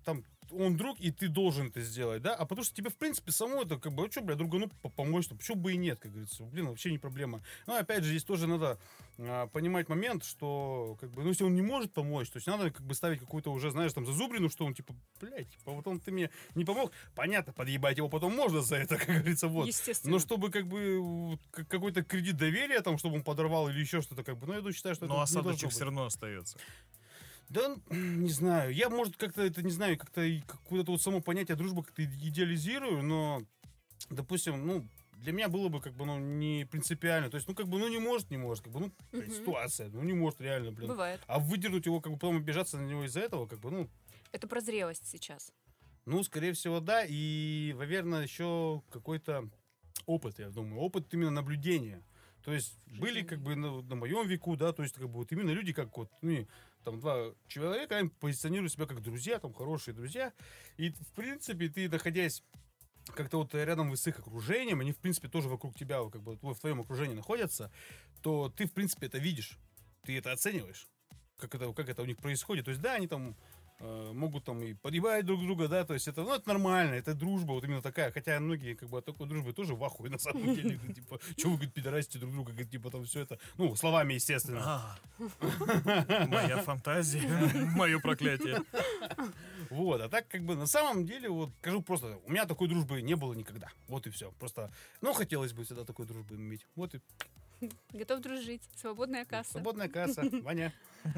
он друг, и ты должен это сделать, да, а потому что тебе, в принципе, само это, как бы, а что, бля, другу, ну, по- помочь, ну, почему бы и нет, как говорится, блин, вообще не проблема. Ну, опять же, здесь тоже надо а, понимать момент, что, как бы, ну, если он не может помочь, то есть надо, как бы, ставить какую-то уже, знаешь, там, зазубрину, что он, типа, блядь, типа, вот он, ты мне не помог, понятно, подъебать его потом можно за это, как говорится, вот. Естественно. Но чтобы, как бы, вот, к- какой-то кредит доверия, там, чтобы он подорвал или еще что-то, как бы, ну, я считаю, что Но это не должно осадочек быть. все равно остается. Да, не знаю. Я, может, как-то это, не знаю, как-то и какое-то вот само понятие дружбы как-то идеализирую, но, допустим, ну, для меня было бы, как бы, ну, не принципиально. То есть, ну, как бы, ну, не может, не может, как бы, ну, Мгм. ситуация, ну, не может реально, блин. Бывает. А выдернуть его, как бы, потом обижаться на него из-за этого, как бы, ну, Это про зрелость сейчас. ну, скорее всего, да. И, наверное, еще какой-то опыт, я думаю. Опыт именно наблюдения. То есть были как бы на, на моем веку, да, то есть как бы вот именно люди, как вот, ну, и там два человека, они позиционируют себя как друзья, там хорошие друзья. И, в принципе, ты, находясь как-то вот рядом с их окружением, они, в принципе, тоже вокруг тебя, вот как бы в твоем окружении находятся, то ты, в принципе, это видишь. Ты это оцениваешь, как это, как это у них происходит. То есть, да, они там э, могут там и подъебать друг друга, да, то есть это, ну, это нормально, это дружба вот именно такая, хотя многие как бы от такой дружбы тоже в ахуе на самом деле, ну, типа, что вы, говорит, пидорасите друг друга, говорит, типа, там все это, ну, словами, естественно. А, моя фантазия, мое проклятие. Вот, а так как бы на самом деле, вот, скажу просто, у меня такой дружбы не было никогда, вот и все, просто, ну, хотелось бы всегда такой дружбы иметь, вот и Готов дружить. Свободная касса. свободная касса, Ваня,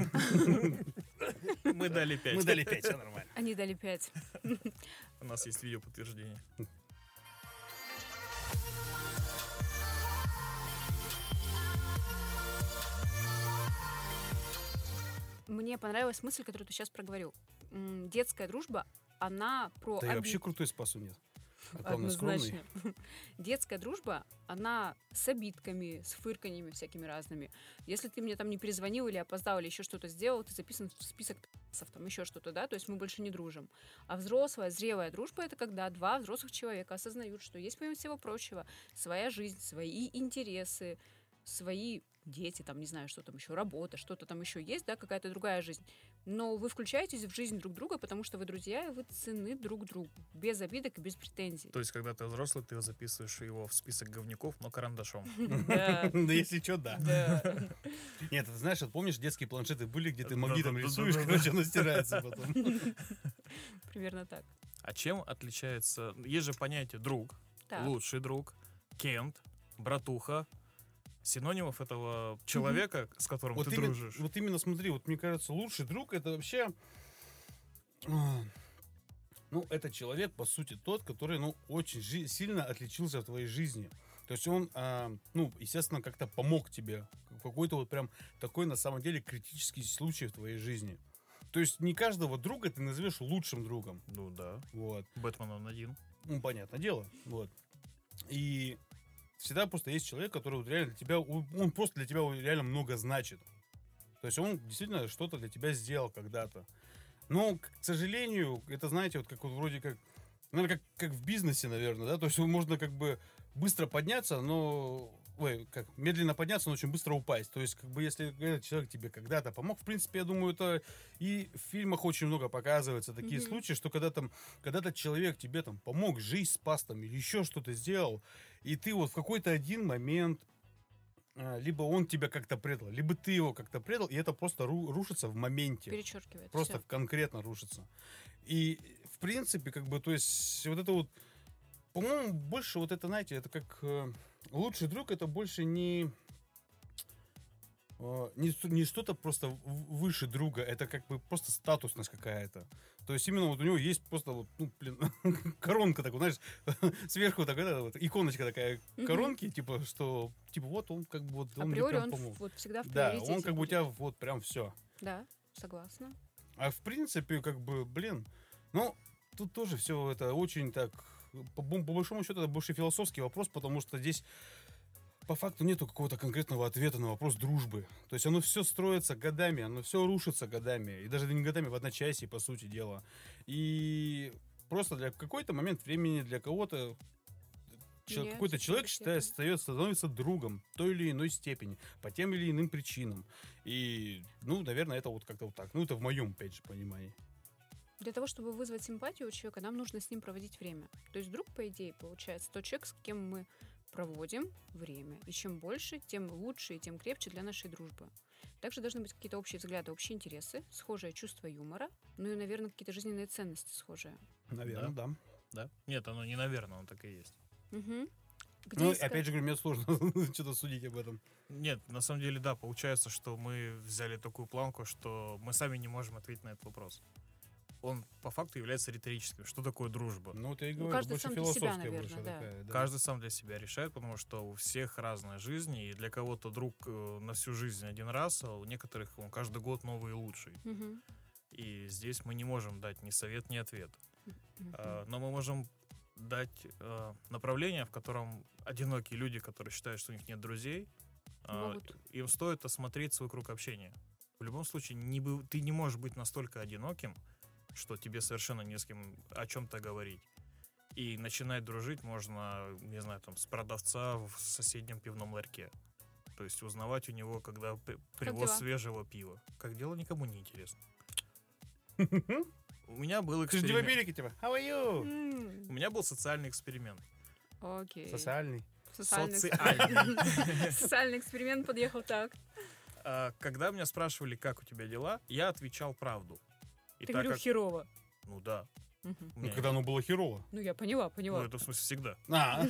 Мы дали пять. мы дали пять, все нормально. Они дали пять. У нас есть видео подтверждение. Мне понравилась мысль, которую ты сейчас проговорил. М, Детская дружба, она про... Да и оби- вообще крутой спасу нет. А главное, скромный. Однозначно. Детская дружба, она с обидками, с фырканьями всякими разными. Если ты мне там не перезвонил или опоздал, или еще что-то сделал, ты записан в список пи***цев, там еще что-то, да, то есть мы больше не дружим. А взрослая, зрелая дружба — это когда два взрослых человека осознают, что есть, помимо всего прочего, своя жизнь, свои интересы, свои дети, там, не знаю, что там еще, работа, что-то там еще есть, да, какая-то другая жизнь. Но вы включаетесь в жизнь друг друга, потому что вы друзья, и вы ценны друг другу. Без обидок и без претензий. То есть, когда ты взрослый, ты записываешь его в список говнюков, но карандашом. Да. Да если что, да. Да. Нет, ты знаешь, вот помнишь, детские планшеты были, где ты Да, магнитом да, да, рисуешь, да, да. короче, оно стирается потом. Примерно так. А чем отличается... Есть же понятие друг, Так. лучший друг, кент, братуха. Синонимов этого человека, с которым Вот ты именно, дружишь. вот именно смотри, вот мне кажется, лучший друг это вообще, а, ну, это человек, по сути, тот, который, ну, очень жи- сильно отличился в твоей жизни. То есть он, а, ну, естественно, как-то помог тебе. Какой-то вот прям такой, на самом деле, критический случай в твоей жизни. То есть не каждого друга ты назовешь лучшим другом. Ну да. Вот. Бэтмен он один. Ну, понятное дело. Вот. И всегда просто есть человек, который вот реально для тебя, он он просто для тебя реально много значит. То есть он действительно что-то для тебя сделал когда-то. Но, к сожалению, это, знаете, вот как вот вроде как, наверное, как, как в бизнесе, наверное, да, то есть можно как бы быстро подняться, но, ой, как, медленно подняться, но очень быстро упасть. То есть, как бы, если этот человек тебе когда-то помог, в принципе, я думаю, это и в фильмах очень много показывается такие Мгм. случаи, что когда там, когда-то человек тебе там помог, жизнь спас там или еще что-то сделал, и ты вот в какой-то один момент а, либо он тебя как-то предал, либо ты его как-то предал, и это просто ру- рушится в моменте. Перечеркивает. Просто Всё. конкретно рушится. И, в принципе, как бы, то есть, вот это вот, по-моему, больше вот это, знаете, это как э, лучший друг, это больше не, э, не, с- не что-то просто в- выше друга, это как бы просто статусность какая-то. То есть именно вот у него есть просто вот, ну, блин, коронка такая, знаешь, сверху такая вот иконочка такая Мгм. коронки, типа, что, типа, вот он как бы вот, он мне Априори прям он помог. вот всегда в Да, приоритете он как бы у будет. тебя вот прям все. Да, согласна. А в принципе, как бы, блин, ну, тут тоже все это очень так, по, бо- по большому счету, это больше философский вопрос, потому что здесь по факту нету какого-то конкретного ответа на вопрос дружбы. То есть оно все строится годами, оно все рушится годами, и даже не годами, в одночасье, по сути дела. И просто для какой-то момент времени для кого-то чел- Меняются какой-то человек считает, приоритеты. остается, становится другом той или иной степени, по тем или иным причинам. И, ну, наверное, это вот как-то вот так. Ну, это в моем, опять же, понимании. Для того, чтобы вызвать симпатию у человека, нам нужно с ним проводить время. То есть друг, по идее, получается тот человек, с кем мы проводим время. И чем больше, тем лучше и тем крепче для нашей дружбы. Также должны быть какие-то общие взгляды, общие интересы, схожее чувство юмора, ну и, наверное, какие-то жизненные ценности схожие. Наверное, да. Да? Нет, оно не наверное, оно так и есть. Угу. Где Ну, искать? опять же говорю, мне сложно что-то судить об этом. Нет, на самом деле, да, получается, что мы взяли такую планку, что мы сами не можем ответить на этот вопрос. Он по факту является риторическим. Что такое дружба? Ну, вот я и Ну, говорю, каждый больше сам для себя, философская наверное, больше да. такая. Да. Каждый сам для себя решает, потому что у всех разная жизнь, и для кого-то друг э, на всю жизнь один раз, а у некоторых он каждый год новый и лучший. Мгм. И здесь мы не можем дать ни совет, ни ответ. Мгм. А, но мы можем дать э, направление, в котором одинокие люди, которые считают, что у них нет друзей, а, Могут. им стоит осмотреть свой круг общения. В любом случае, не бы- ты не можешь быть настолько одиноким, что тебе совершенно не с кем о чем-то говорить. И начинать дружить можно, не знаю, там, с продавца в соседнем пивном ларьке. То есть узнавать у него, когда п- привоз дела? свежего пива. Как дело, никому не интересно. У меня был Ты же не в эксперимент. Америке, типа, how are you? М, У меня был социальный эксперимент. Окей. Социальный. Социальный экс- Социальный. Социальный эксперимент подъехал так. А, Когда меня спрашивали, как у тебя дела, я отвечал правду. И Ты так говорил как- херово. Ну да. Мгм. у Ну, меня- когда оно было херово. Ну, я поняла, Ну, поняла. это в смысле всегда. А,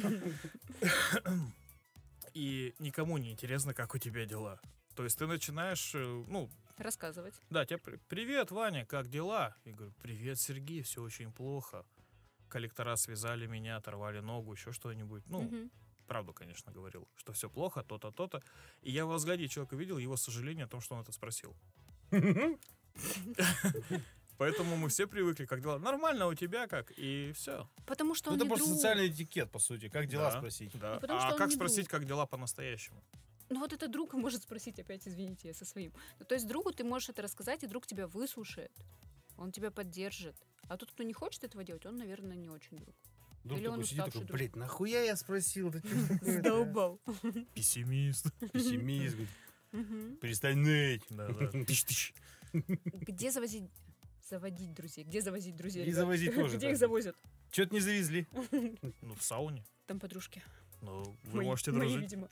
И никому не интересно, как у тебя дела. То есть ты начинаешь, э, ну, Рассказывать. да, тебе при- привет, Ваня, как дела? Я говорю, привет, Сергей, все очень плохо. Коллектора связали меня, оторвали ногу, еще что-нибудь. Ну, Мгм. правду, конечно, говорил, что все плохо, то-то, то-то. И я во взгляде человека видел его сожаление о том, что он это спросил. Поэтому мы все привыкли, как дела. Нормально, у тебя как? И все. Потому что ну, он это не просто друг. социальный этикет, по сути. Как дела Да. спросить? Да. Ну, потому что А он как не спросить, друг. как дела по-настоящему? Ну, вот этот друг может спросить опять, извините, я со своим. Ну, то есть другу ты можешь это рассказать, и друг тебя выслушает. Он тебя поддержит. А тот, кто не хочет этого делать, он, наверное, не очень друг. Друг Или он такой сидит, уставший такой, друг. блядь, нахуя я спросил? Да чё такое-то?» Задолбал. Пессимист. Пессимизм. говорит, Мгм. Перестань ныть. Да, да. Тыщ-тыщ. Где завозить... Заводить друзей? Где завозить друзей? И ребят? завозить тоже, Где да. их завозят? Чё-то не завезли. Ну, в сауне. Там подружки. Ну, вы Мои- можете мои, дружить. видимо.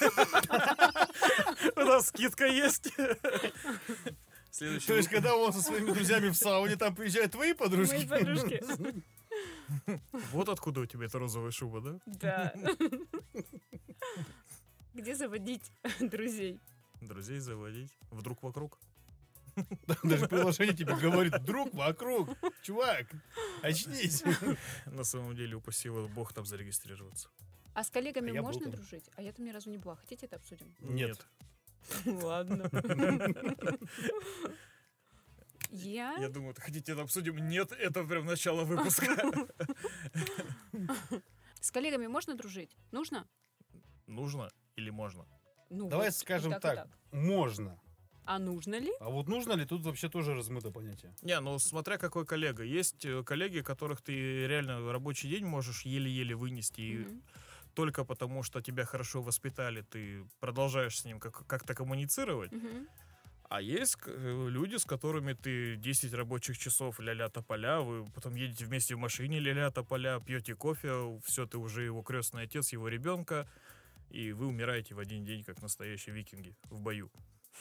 У нас скидка есть. То Следующий есть, выпуск. когда он со своими друзьями в сауне, там приезжают твои подружки. Мои подружки. Вот откуда у тебя эта розовая шуба, да? Да. Где заводить друзей? Друзей заводить. Вдруг вокруг. Даже приложение тебе говорит, друг вокруг. Чувак, очнись. На самом деле, упаси его Бог там зарегистрироваться. А с коллегами А я был можно там. дружить? А я там ни разу не была. Хотите это обсудим? Нет. Ладно. Я... Я думаю, хотите это обсудим? Нет, это прям начало выпуска. С коллегами можно дружить? Нужно? Нужно или можно? Ну, Давай вот и скажем и и так, можно. А нужно ли? А вот нужно ли, тут вообще тоже размыто понятие. Не, ну смотря какой коллега. Есть э, коллеги, которых ты реально в рабочий день можешь еле-еле вынести. И Мгм. только потому, что тебя хорошо воспитали, ты продолжаешь с ним как- как-то коммуницировать. Мгм. А есть к- э, люди, с которыми ты десять рабочих часов ля-ля тополя, вы потом едете вместе в машине ля-ля тополя, пьете кофе, все, ты уже его крестный отец, его ребенка, и вы умираете в один день, как настоящие викинги в бою.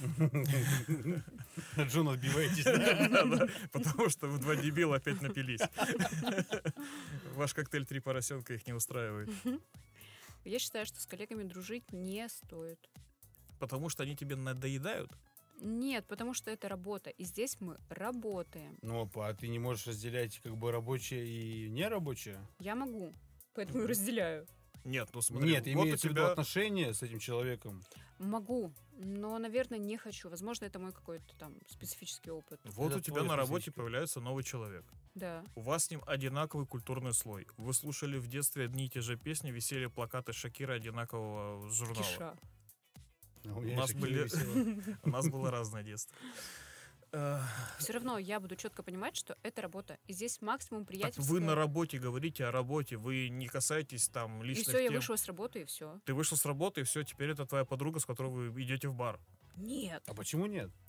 На Джон отбиваетесь. Да-да, потому что вы два дебила опять напились. Ваш коктейль «Три поросенка» их не устраивает. Я считаю, что с коллегами дружить не стоит. Потому что они тебе надоедают. Нет, потому что это работа. И здесь мы работаем. Ну, опа, а ты не можешь разделять как бы рабочее и нерабочее? Я могу. Поэтому и разделяю. Нет, ну смотри, Нет, вот у имеется в виду тебя... отношения с этим человеком. Могу. Но, наверное, не хочу. Возможно, это мой какой-то там специфический опыт. Вот Это у тебя твой на работе специфика. появляется новый человек. Да. У вас с ним одинаковый культурный слой. Вы слушали в детстве одни и те же песни, висели плакаты Шакира одинакового журнала. Киша. А У меня нас Шакира были- висела. У нас было разное детство. Э, Все равно я буду четко понимать, что это работа. И здесь максимум Так приятельства. вы на работе говорите о работе, вы не касаетесь там И личных все, я тем. вышла с работы, и все. Ты вышел с работы, и все, теперь это твоя подруга, с которой вы идете в бар. Нет. А почему нет?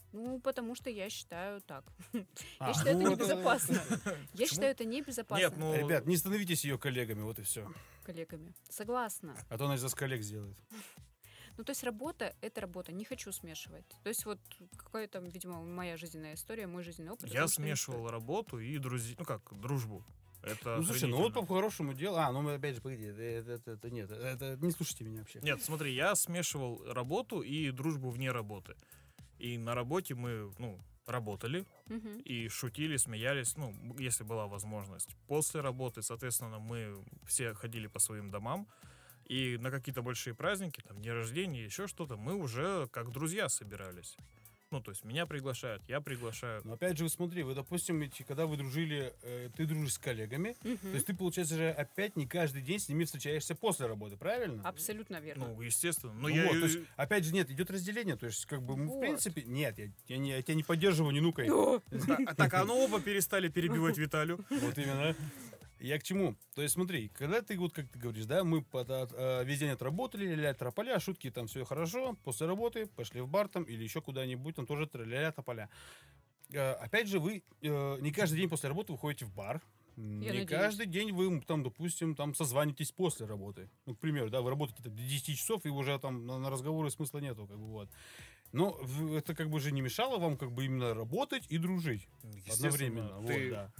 Ну, потому что я считаю так. А, Я считаю, ну это вот, небезопасно. Я Почему? считаю, это небезопасно Нет, ну, Ребят, не становитесь ее коллегами, вот и все. коллегами. Согласна. А то она из-за коллег сделает. Ну, то есть работа — это работа, не хочу смешивать. То есть вот какая-то, видимо, моя жизненная история, мой жизненный опыт. о я том, что не смешивал стоит. работу и друзей, ну как, дружбу. Это Ну, слушай, ну вот охренительно. по-хорошему дело... А, ну мы опять же, погоди, это, это- это- это нет, это не слушайте меня вообще. Нет, смотри, я смешивал работу и дружбу вне работы. И на работе мы, ну, работали Мгм. и шутили, смеялись, ну, если была возможность. После работы, соответственно, мы все ходили по своим домам. И на какие-то большие праздники, там, день рождения, еще что-то, мы уже как друзья собирались. Ну, то есть меня приглашают, я приглашаю. Но опять же, вы смотри, вы, допустим, эти, когда вы дружили, э, ты дружишь с коллегами, Мгм. то есть ты, получается же, опять не каждый день с ними встречаешься после работы, правильно? Абсолютно верно. Ну, естественно. Но Ну я... вот, то есть, опять же, нет, идет разделение, то есть, как бы, мы, в Вот. принципе, нет, я, я не, я тебя не поддерживаю, не нукай. О, Так, так, а ну оба перестали перебивать Виталю. Вот именно. Я к чему? То есть смотри, когда ты, вот как ты говоришь, да, мы под- от- а, весь день отработали, ля-ля тополя, шутки, там все хорошо, после работы пошли в бар там или еще куда-нибудь, там тоже ля-ля тополя. Э, Опять же, вы э, не каждый день после работы выходите в бар, не надеюсь. каждый день вы там, допустим, там созванитесь после работы. Ну, к примеру, да, вы работаете там до десяти часов, и уже там на, на разговоры смысла нету, как бы вот. Но в- это как бы же не мешало вам как бы именно работать и дружить одновременно. Вот, ты- да.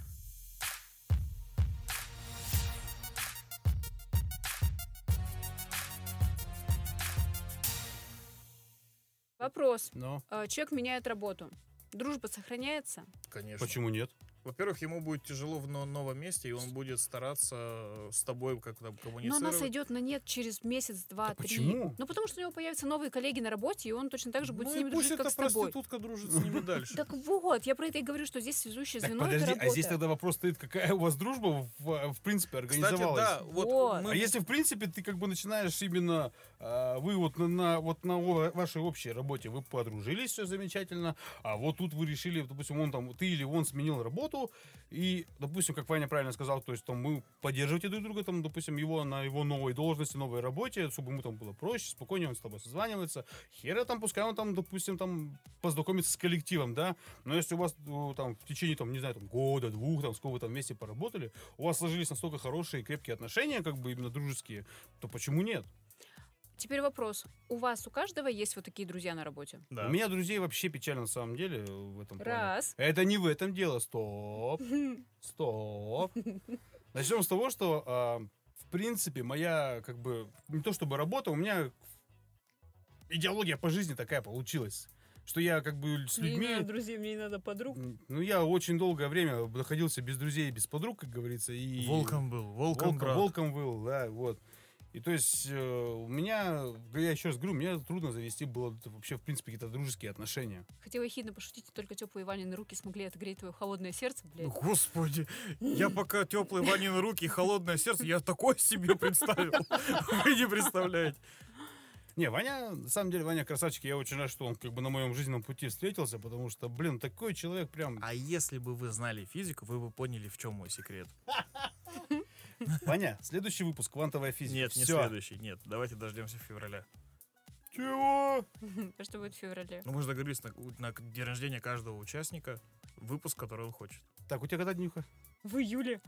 Вопрос. Но А, Человек меняет работу. Дружба сохраняется? Конечно. почему нет? Во-первых, ему будет тяжело в но- новом месте, и он будет стараться э, с тобой как-то Но коммуницировать. она сойдет на нет через месяц, два, Да три. почему? Ну, потому что у него появятся новые коллеги на работе, и он точно так же будет Ну с и ними пусть дружить, эта как с тобой. проститутка дружит с ними дальше. Так вот, я про это и говорю, что здесь связующее Так звено — это подожди, работа. а здесь тогда вопрос стоит, какая у вас дружба в, в принципе Кстати, организовалась? да, вот Вот. мы- А если в принципе ты как бы начинаешь именно, а, вы вот на, на- вот на о- вашей общей работе вы подружились, все замечательно, а вот тут вы решили, допустим, он там, ты или он сменил работу, и, допустим, как Ваня правильно сказал, то есть там мы поддерживаете друг друга, там, допустим, его на его новой должности, новой работе, чтобы ему там было проще, спокойнее, он с тобой созванивается, хера там, пускай он там, допустим, там познакомится с коллективом, да, но если у вас э, там в течение, там, не знаю, там, года, двух, там, сколько вы там вместе поработали, у вас сложились настолько хорошие и крепкие отношения, как бы именно дружеские, то почему нет? Теперь вопрос. У вас у каждого есть вот такие друзья на работе? Да. У меня друзей вообще печально на самом деле в этом плане. Раз. Это не в этом дело. Стоп. Стоп. Начнем с того, что, а, в принципе, моя, как бы, не то чтобы работа, у меня идеология по жизни такая получилась, что я, как бы, с Мне не людьми... надо друзей, мне не надо подруг. м, Ну, я очень долгое время находился без друзей, без подруг, как говорится, и... Волком был, волком, волком, брат. волком был, да, вот. И то есть э, у меня, я еще раз говорю, мне трудно завести было вообще, в принципе, какие-то дружеские отношения. Хотела ехидно пошутить, и только теплые Ванины руки смогли отогреть твое холодное сердце, блядь. Ну, Господи, я пока теплые Ванины руки и холодное сердце, я такое себе представил. Вы не представляете. Не, Ваня, на самом деле, Ваня красавчик, я очень рад, что он как бы на моем жизненном пути встретился, потому что, блин, такой человек прям... А если бы вы знали физику, вы бы поняли, в чем мой секрет. Ваня, следующий выпуск «Квантовая физика». Нет, не Всё. следующий, нет. Давайте дождемся февраля. Чего? А что будет в феврале? Ну, мы же договорились на, на день рождения каждого участника выпуск, который он хочет. Так, у тебя когда днюха? В июле.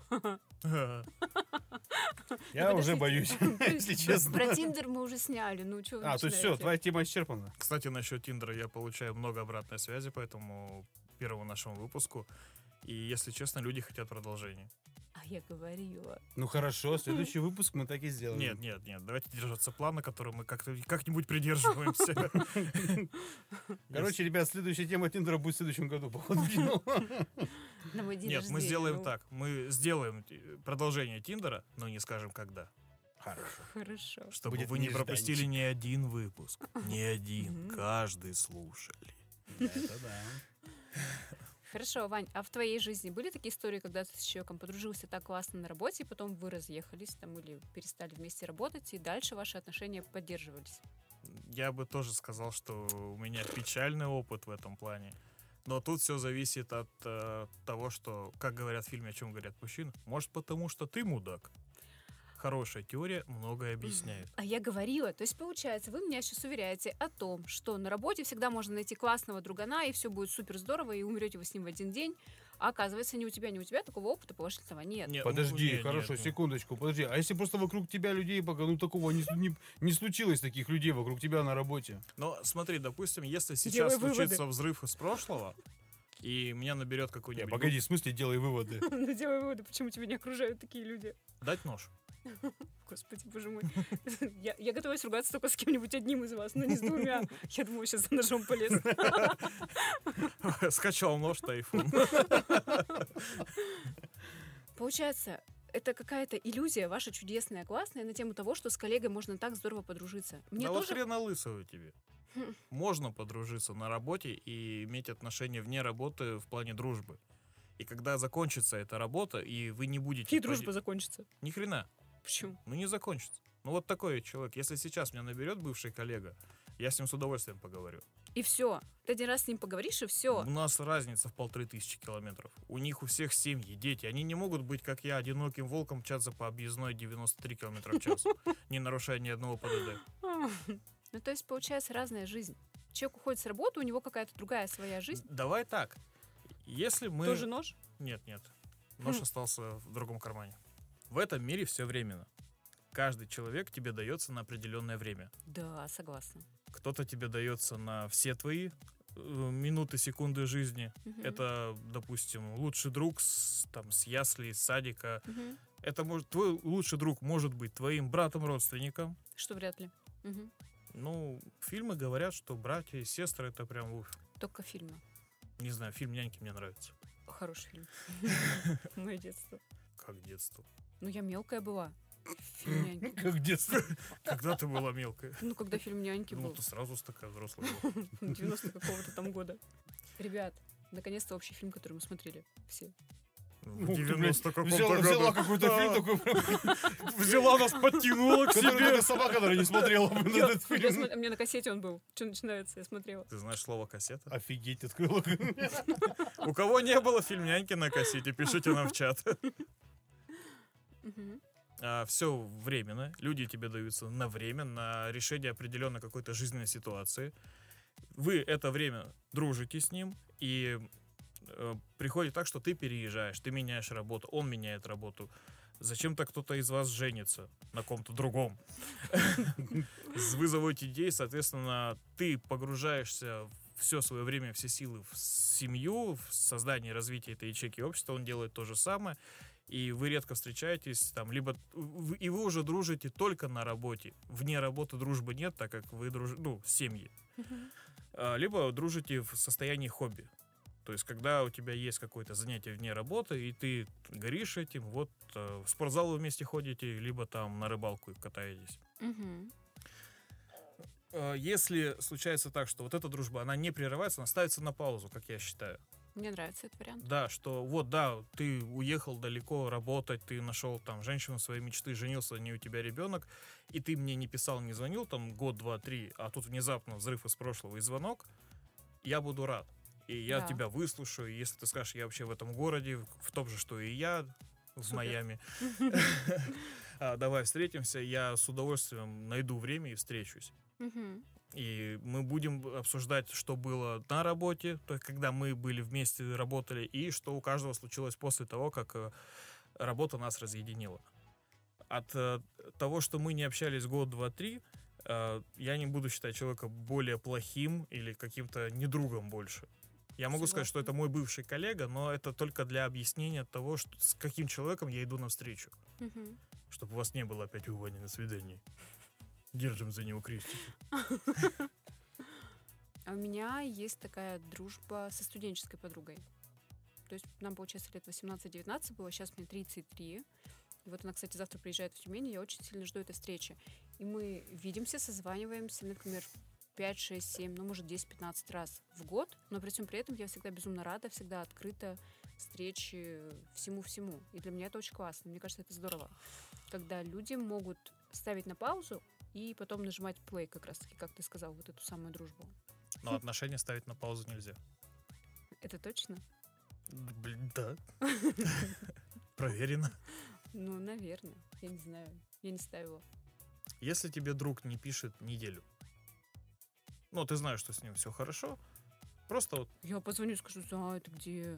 Я Ну, уже подождите. боюсь, если честно. Про Тиндер мы уже сняли, ну что вы А, то есть все, начинаете? твоя тема исчерпана. Кстати, насчет Тиндера я получаю много обратной связи по этому первому нашему выпуску. И, если честно, люди хотят продолжения. А я говорила. Ну хорошо, следующий выпуск мы так и сделаем. Нет, нет, нет, давайте держаться плана, который мы как-то как-нибудь придерживаемся. Короче, ребят, следующая тема Тиндера будет в следующем году, походу. кино. На мой день Нет, мы рождения, сделаем ну, так. Мы сделаем э, продолжение Тиндера, но не скажем когда. Хорошо. Хорошо. Чтобы Будет вы не нежданчик. пропустили ни один выпуск. Ни один. Мгм. Каждый слушали. Это да. Хорошо, Вань, а в твоей жизни были такие истории, когда ты с человеком подружился так классно на работе, и потом вы разъехались там или перестали вместе работать, и дальше ваши отношения поддерживались? Я бы тоже сказал, что у меня печальный опыт в этом плане. Но тут все зависит от э, того, что, как говорят в фильме, о чем говорят мужчины. Может, потому что ты мудак. хорошая теория многое объясняет. А я говорила, то есть получается, вы меня сейчас уверяете о том, что на работе всегда можно найти классного другана, и все будет супер здорово, и умрете вы с ним в один день. А оказывается, ни у тебя, ни у тебя такого опыта положительного нет. Не, Подожди, не, хорошо, нет, нет. секундочку, подожди. А если просто вокруг тебя людей, пока, ну такого не, не, не случилось, таких людей вокруг тебя на работе? Но смотри, допустим, если сейчас Делай выводы. случится взрыв из прошлого, и меня наберет Не, какой-нибудь... погоди, в смысле делай выводы? Ну, делай выводы, почему тебя не окружают такие люди. гру- Дать нож. Господи, боже мой. Я, я готовилась ругаться только с кем-нибудь одним из вас, но не с двумя. Я думаю, сейчас за ножом полез. Скачал нож тайфун. Получается, это какая-то иллюзия ваша чудесная, классная на тему того, что с коллегой можно так здорово подружиться. Мне Да вот тоже... хрена лысого тебе. Хм. Можно подружиться на работе и иметь отношения вне работы в плане дружбы. И когда закончится эта работа, и вы не будете... И дружба закончится. Ни хрена. Почему? Ну не закончится. Ну вот такой человек. Если сейчас меня наберет бывший коллега, я с ним с удовольствием поговорю. И все. Ты один раз с ним поговоришь, и все. У нас разница в полторы тысячи километров. У них у всех семьи, дети. Они не могут быть, как я, одиноким волком мчаться по объездной девяносто три километра в час, не нарушая ни одного ПДД. Ну, то есть, получается, разная жизнь. Человек уходит с работы, у него какая-то другая своя жизнь. Давай так. Если мы... Тоже нож? Нет, нет. Нож Хм. остался в другом кармане. В этом мире все временно. Каждый человек тебе дается на определенное время. Да, согласна. Кто-то тебе дается на все твои э, минуты, секунды жизни. Мгм. Это, допустим, лучший друг с, там, с ясли, с садика. Мгм. Это может, твой лучший друг может быть твоим братом-родственником. Что вряд ли. Мгм. Ну, фильмы говорят, что братья и сестры это прям, уф, Только фильмы. не знаю, фильм «Няньки» мне нравится. Хороший фильм. Мое детство. Как детство. Ну, я мелкая была. Фильм «Няньки». Как в детстве. Когда ты была мелкая? Ну, когда фильм «Няньки» Ну, был. ты сразу такая взрослая была. девяностого какого-то там года. Ребят, наконец-то общий фильм, который мы смотрели. Все. В Ух ты, девяносто блядь, каком-то взяла, взяла году. какой-то фильм такой, Взяла нас, подтянула к который себе. только собака, которая не смотрела бы на Я- этот я фильм. смо- У меня на кассете он был. Что начинается, я смотрела. Ты знаешь слово кассета? Офигеть, открыла. У кого не было фильм «Няньки» на кассете, пишите нам в чат. Мгм. Все временно. Люди тебе даются на время, на решение определенной какой-то жизненной ситуации. Вы это время дружите с ним, и э, приходит так, что ты переезжаешь, ты меняешь работу, он меняет работу. Зачем-то кто-то из вас женится на ком-то другом. Вы заводите детей, соответственно, ты погружаешься все свое время, все силы в семью, в создание и развитие этой ячейки общества, он делает то же самое, и вы редко встречаетесь там, либо в- и вы уже дружите только на работе. Вне работы дружбы нет, так как вы дружите, ну, семьи. Мгм. А, либо дружите в состоянии хобби. То есть, когда у тебя есть какое-то занятие вне работы, и ты горишь этим, вот э, в спортзал вы вместе ходите, либо там на рыбалку катаетесь. Мгм. Э, Если случается так, что вот эта дружба, она не прерывается, она ставится на паузу, как я считаю. Мне нравится этот вариант. Да, что вот, да, ты уехал далеко работать, ты нашел там женщину своей мечты, женился, не у тебя ребенок, и ты мне не писал, не звонил там год, два, три, а тут внезапно взрыв из прошлого и звонок, я буду рад. И я Да. тебя выслушаю, и если ты скажешь, я вообще в этом городе, в том же, что и я, в Супер. Майами, а, давай встретимся, я с удовольствием найду время и встречусь. Мгм. И мы будем обсуждать, что было на работе, то есть когда мы были вместе, работали, и что у каждого случилось после того, как э, работа нас разъединила. От э, того, что мы не общались год, два, три, э, я не буду считать человека более плохим или каким-то недругом больше. Я могу сказать, что это Согласна. мой бывший коллега, но это только для объяснения того, что, с каким человеком я иду навстречу. Мгм. Чтобы у вас не было опять Ваня на свидании. Держим за него крестики. А у меня есть такая дружба со студенческой подругой. То есть нам, получается, лет восемнадцать-девятнадцать было, сейчас мне тридцать три. И вот она, кстати, завтра приезжает в Тюмень, и я очень сильно жду этой встречи. И мы видимся, созваниваемся, например, пять, шесть, семь, ну, может, десять-пятнадцать раз в год. Но при всем при этом я всегда безумно рада, всегда открыта встречи всему-всему. И для меня это очень классно. Мне кажется, это здорово. Когда люди могут ставить на паузу и потом нажимать play, как раз-таки, как ты сказал, вот эту самую дружбу. Но отношения ставить на паузу нельзя. Это точно? Блин, да. Проверено. Ну, наверное. Я не знаю. Я не ставила. Если тебе друг не пишет неделю, ну, ты знаешь, что с ним все хорошо, просто вот Я позвоню и скажу, да, это где?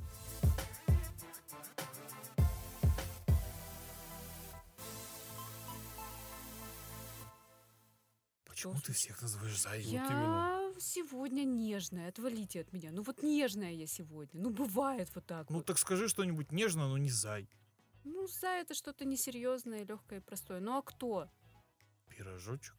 почему ты всех называешь Зай? Я именно. сегодня нежная, отвалите от меня. Ну вот нежная я сегодня. Ну бывает вот так Ну, вот. так скажи что-нибудь нежно, но не Зай. Ну за это что-то несерьезное, легкое и простое. Ну а кто? Пирожочек.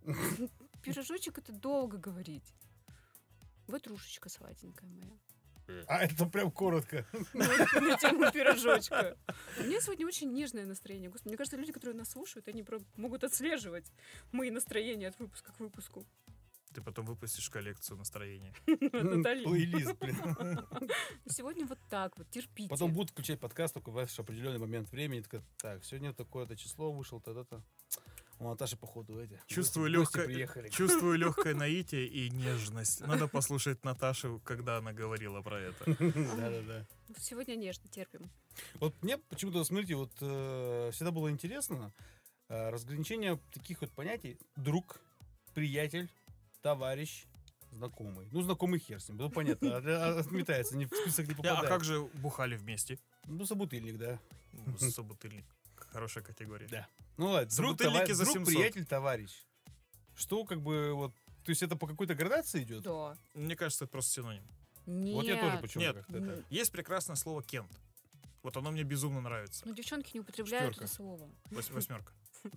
Пирожочек это долго говорить. Ватрушечка сладенькая моя. А это прям коротко. На тему пирожочка. У меня сегодня очень нежное настроение. Господи, мне кажется, люди, которые нас слушают, они прям могут отслеживать мои настроения от выпуска к выпуску. Ты потом выпустишь коллекцию настроения. От Натальи. Плейлист, блин. Сегодня вот так вот, терпите. Потом будут включать подкаст только в ваш определенный момент времени. Такая, так, сегодня такое-то число вышло, тогда-то. У Наташи, походу, эти. Чувствую гости легкое, приехали. чувствую легкое наитие и нежность. Надо послушать Наташу, когда она говорила про это. Да-да-да. Сегодня нежно, терпим. Вот мне почему-то, смотрите, вот э, всегда было интересно э, разграничение таких вот понятий: друг, приятель, товарищ, знакомый. Ну, знакомый хер с ним, ну, понятно, от- от- отметается, не в список не А попадает. как же бухали вместе? Ну, собутыльник, да. Ну, Собутыльник. Хорошая категория. Да. Ну, ладно, друг, Собутыльники товар- за друг, семьсот. приятель, товарищ. Что, как бы, вот, то есть это по какой-то градации идет? Да. Мне кажется, это просто синоним. Нет. Вот я тоже почему Нет. как-то это... Есть прекрасное слово «кент». Вот оно мне безумно нравится. Ну, девчонки не употребляют Четверка. это слово. Вось- Восьмерка.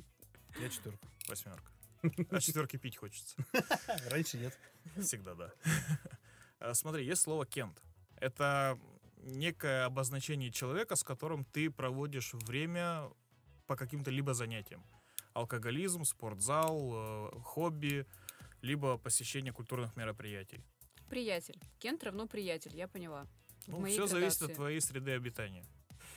Я четверку. Восьмерка. А четверки пить хочется. Раньше нет. Всегда, да. А, Смотри, есть слово «кент». Это некое обозначение человека, с которым ты проводишь время по каким-то либо занятиям. Алкоголизм, спортзал, э, хобби, либо посещение культурных мероприятий. Приятель. Кент равно приятель, я поняла. В Ну, моей все зависит от градации. твоей среды обитания.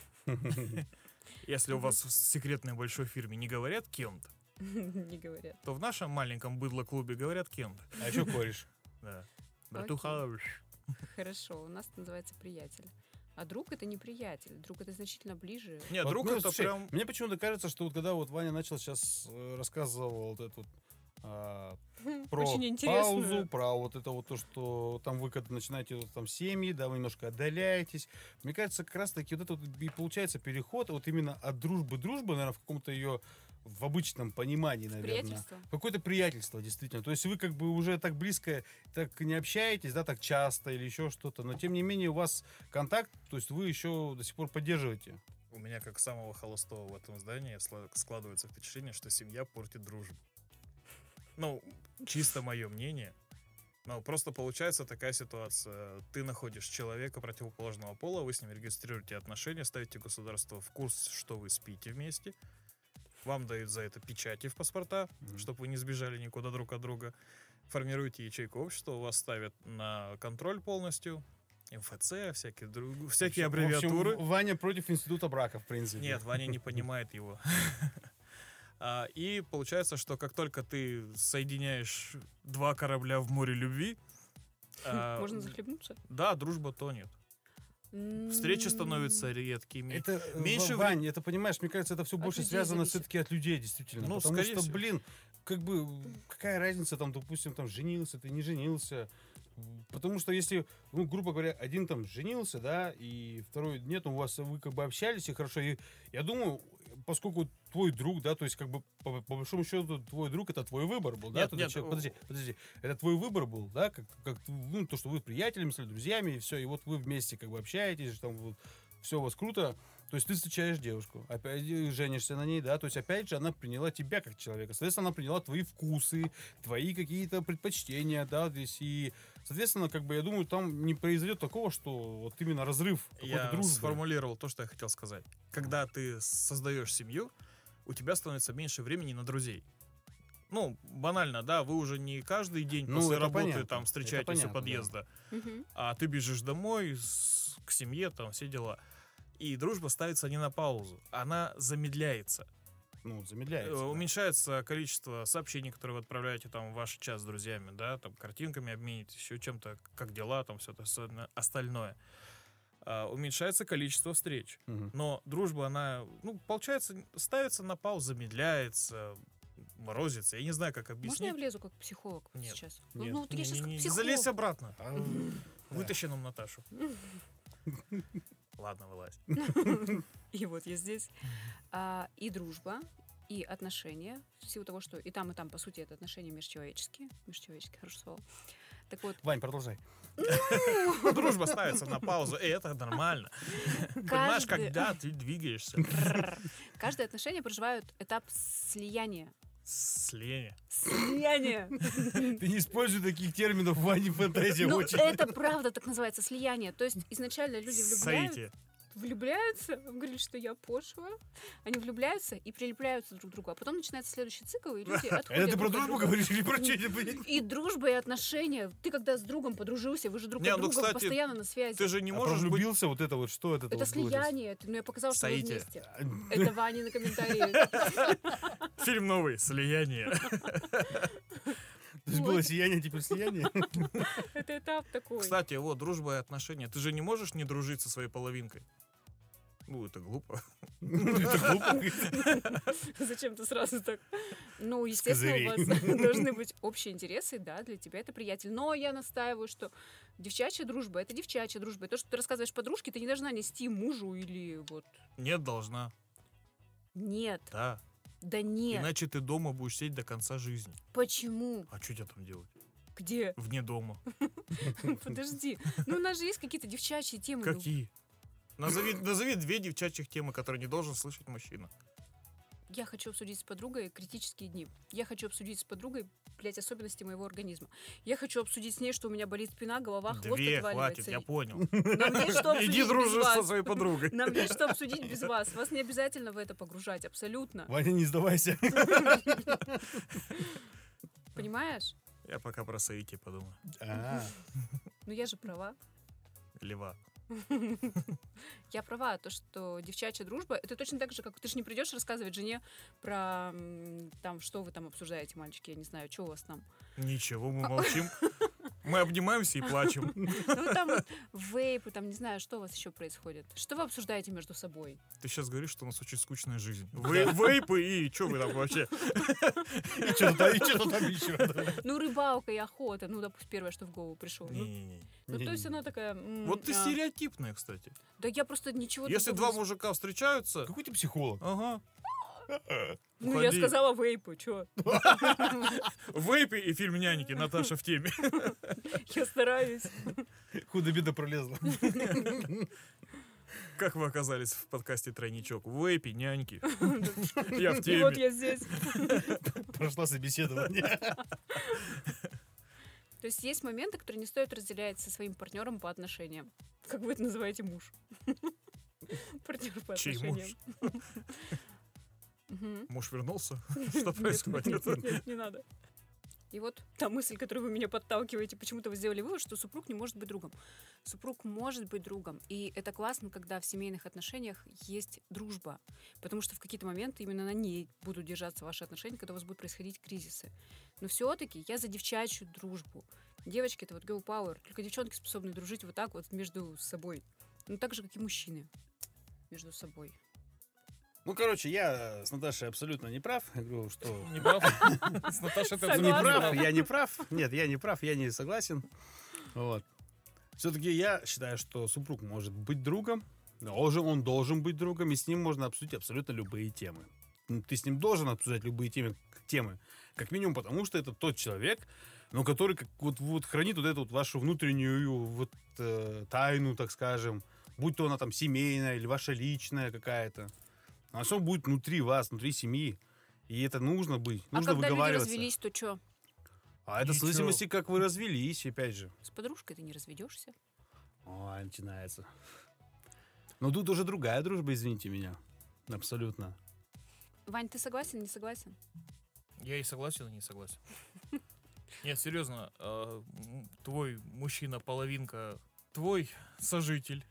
Если у вас в секретной большой фирме не говорят «кент», Не говорят. то в нашем маленьком быдло-клубе говорят «кент». А еще кореш. Да. Братуха. Хорошо, у нас это называется приятель. А друг это не приятель. Друг это значительно ближе. Нет, Вот, друг ну, это слушай, прям... Мне почему-то кажется, что вот когда вот Ваня начал сейчас э, рассказывал вот эту а, про Очень интересную. паузу, про вот это вот то, что там вы когда начинаете вот там семьи, да, вы немножко отдаляетесь. Мне кажется, как раз таки вот это вот и получается переход вот именно от дружбы-дружбы, наверное, в каком-то ее в обычном понимании, наверное. Приятельство. Какое-то приятельство, действительно. То есть вы как бы уже так близко так не общаетесь, да, так часто или еще что-то, но тем не менее у вас контакт, то есть вы еще до сих пор поддерживаете. У меня, как самого холостого в этом здании, сла- складывается впечатление, что семья портит дружбу. Ну, чисто мое мнение. Но просто получается такая ситуация. Ты находишь человека противоположного пола, вы с ним регистрируете отношения, ставите государство в курс, что вы спите вместе. Вам дают за это печати в паспорта, Мгм. чтобы вы не сбежали никуда друг от друга. Формируете ячейку общества, вас ставят на контроль полностью. эм эф цэ, всякие, друг... всякие В общем, аббревиатуры. Ваня против института брака, в принципе. Нет, Ваня не понимает его. А, И получается, что как только ты соединяешь два корабля в море любви, а, Можно захлебнуться? да, дружба тонет. Встречи становятся редкими. Это, э, Меньше Ва- Вань, это, понимаешь, мне кажется, это все От больше людей связано зависит. все-таки от людей, действительно. Ну, Потому скорее что, всего. блин, как бы, какая разница, там, допустим, там, женился, ты не женился. Потому что если, ну, грубо говоря, один там женился, да, и второй нет, у вас вы как бы общались и хорошо. И я думаю, поскольку твой друг, да, то есть как бы по, по большому счету твой друг это твой выбор был, да? Нет, Тот нет, человек- о- подожди, подожди, это твой выбор был, да, как, как ну, то, что вы приятелями стали, друзьями, и все, и вот вы вместе как бы общаетесь, там вот, все у вас круто. То есть ты встречаешь девушку, опять э, женишься на ней, да, то есть опять же она приняла тебя как человека, соответственно, она приняла твои вкусы, твои какие-то предпочтения, да, здесь и, соответственно, как бы я думаю, там не произойдет такого, что вот именно разрыв какой-то Я дружбы. сформулировал то, что я хотел сказать. Когда ты создаешь семью, у тебя становится меньше времени на друзей. Ну, банально, да, вы уже не каждый день Ну, после это работы понятно, там это встречаетесь понятно, у да. подъезда, Мгм. а ты бежишь домой с- к семье, там все дела. И дружба ставится не на паузу, она замедляется. Ну, Э, замедляется. да. Уменьшается количество сообщений, которые вы отправляете там в ваш чат с друзьями, да, там картинками обменитесь, еще чем-то, как дела, там все это остальное. а, уменьшается количество встреч. Мгм. Но дружба, она, ну, получается, ставится на паузу, замедляется, морозится. Я не знаю, как Можно я объяснить. влезу как психолог Нет. сейчас? Нет. Ну, вот я сейчас как Не-не-не, психолог. залезь обратно. А, Вытащи нам Наташу. Ладно, вылазь. И вот я здесь. А, и дружба, и отношения, в силу того, что и там, и там, по сути, это отношения межчеловеческие. Межчеловеческие, хорошее слово. Так вот, Вань, продолжай. Дружба ставится на паузу, и это нормально. Понимаешь, каждый- когда ты двигаешься. каждое отношение проживает этап слияния. Сление. Слияние! Ты не используй таких терминов, Ване фантазия Ну, очень. это правда так называется, слияние. То есть изначально люди влюбляются, Саити. влюбляются, он говорит, что я пошлая, они влюбляются и прилепляются друг к другу, а потом начинается следующий цикл, и люди отходят. Это ты про друг от дружбу друга. говоришь или про что-нибудь? И дружба, и отношения. Ты когда с другом подружился, вы же друг Не, от ну, друга кстати, постоянно на связи. Ты же не А можешь быть... влюбился, вот это вот, что это? Это вот будет? слияние. Это- Ну, я показала, что вы Саити. вместе. Это Ваня на комментарии. Фильм новый «Слияние». То есть было сияние, теперь слияние? Это этап такой. Кстати, вот, дружба и отношения. Ты же не можешь не дружить со своей половинкой. Ну, это глупо. Это глупо. Зачем ты сразу так? Ну, естественно, у вас козырей. должны быть общие интересы, да, для тебя это приятель. Но я настаиваю, что девчачья дружба — это девчачья дружба. И то, что ты рассказываешь подружке, ты не должна нести мужу или вот... Нет, должна. Нет, Да. да нет. Иначе ты дома будешь сидеть до конца жизни. Почему? А что тебе там делать? Где? Вне дома. Подожди. Ну, у нас же есть какие-то девчачьи темы. ну, Какие? Назови, назови две девчачьих темы, которые не должен слышать мужчина. Я хочу обсудить с подругой критические дни. Я хочу обсудить с подругой, блядь, особенности моего организма. Я хочу обсудить с ней, что у меня болит спина, голова, хвост Две, отваливается. хватит, я понял. Нам есть что обсудить Иди без дружи со вас. своей подругой. Нам есть что обсудить без вас. Вас не обязательно в это погружать, абсолютно. Ваня, не сдавайся. Понимаешь? Я пока про Саити подумаю. А, Ну я же права. Лева. Я права, то, что девчачья дружба, это точно так же, как ты же не придешь рассказывать жене про м, там, что вы там обсуждаете, мальчики, я не знаю, что у вас там. Ничего, мы молчим. Мы обнимаемся и плачем. Ну там вот вейпы, там не знаю, что у вас еще происходит. Что вы обсуждаете между собой? Ты сейчас говоришь, что у нас очень скучная жизнь. Вей- Вейпы и что вы там вообще? и что там, и что там еще? Ну рыбалка и охота, ну допустим, первое, что в голову пришло. Ну, Не-не-не. ну, то есть она такая... м, Вот ты а, стереоотипная, кстати. Да я просто ничего... Если такого два не- мужика встречаются, Какой ты психолог? ага, Ну я уходи. сказала вейпы, что? вейпы и фильм «Няньки», Наташа в теме. Я стараюсь. Худо-бедо пролезла. Как вы оказались в подкасте «Тройничок»? Вейпи, няньки. Я в И вот теме. я здесь. Прошла собеседование. То есть есть моменты, которые не стоит разделять со своим партнером по отношениям. Как вы это называете, муж? Партнер по Чей отношениям. Мгм. Муж вернулся? Что Нет, происходит? нет, нет, нет, не надо. И вот та мысль, которую вы меня подталкиваете, почему-то вы сделали вывод, что супруг не может быть другом. Супруг может быть другом. И это классно, когда в семейных отношениях есть дружба. Потому что в какие-то моменты именно на ней будут держаться ваши отношения, когда у вас будут происходить кризисы. Но все-таки я за девчачью дружбу. Девочки — это вот girl power. Только девчонки способны дружить вот так вот между собой. Ну, так же, как и мужчины между собой. Ну, короче, я с Наташей абсолютно не прав. Я говорю, что... Не прав? С Наташей ты Согласна. Не абсолютно прав, прав. я не прав. Нет, я не прав, я не согласен. Вот. Все-таки я считаю, что супруг может быть другом, должен, он должен быть другом, и с ним можно обсудить абсолютно любые темы. Ну, ты с ним должен обсуждать любые темы, темы, как минимум потому, что это тот человек, но который как, вот, вот хранит вот эту вот вашу внутреннюю вот, э, тайну, так скажем, будь то она там семейная или ваша личная какая-то. А что будет внутри вас, внутри семьи? И это нужно быть, А нужно когда люди выговариваться. развелись, то что? А это в Ничего. зависимости, как вы развелись, опять же. С подружкой ты не разведешься? Ой, начинается. Но тут уже другая дружба, извините меня. Абсолютно. Вань, ты согласен, не согласен? Я и согласен, и не согласен. Нет, серьезно, э, м, твой мужчина-половинка, твой сожитель,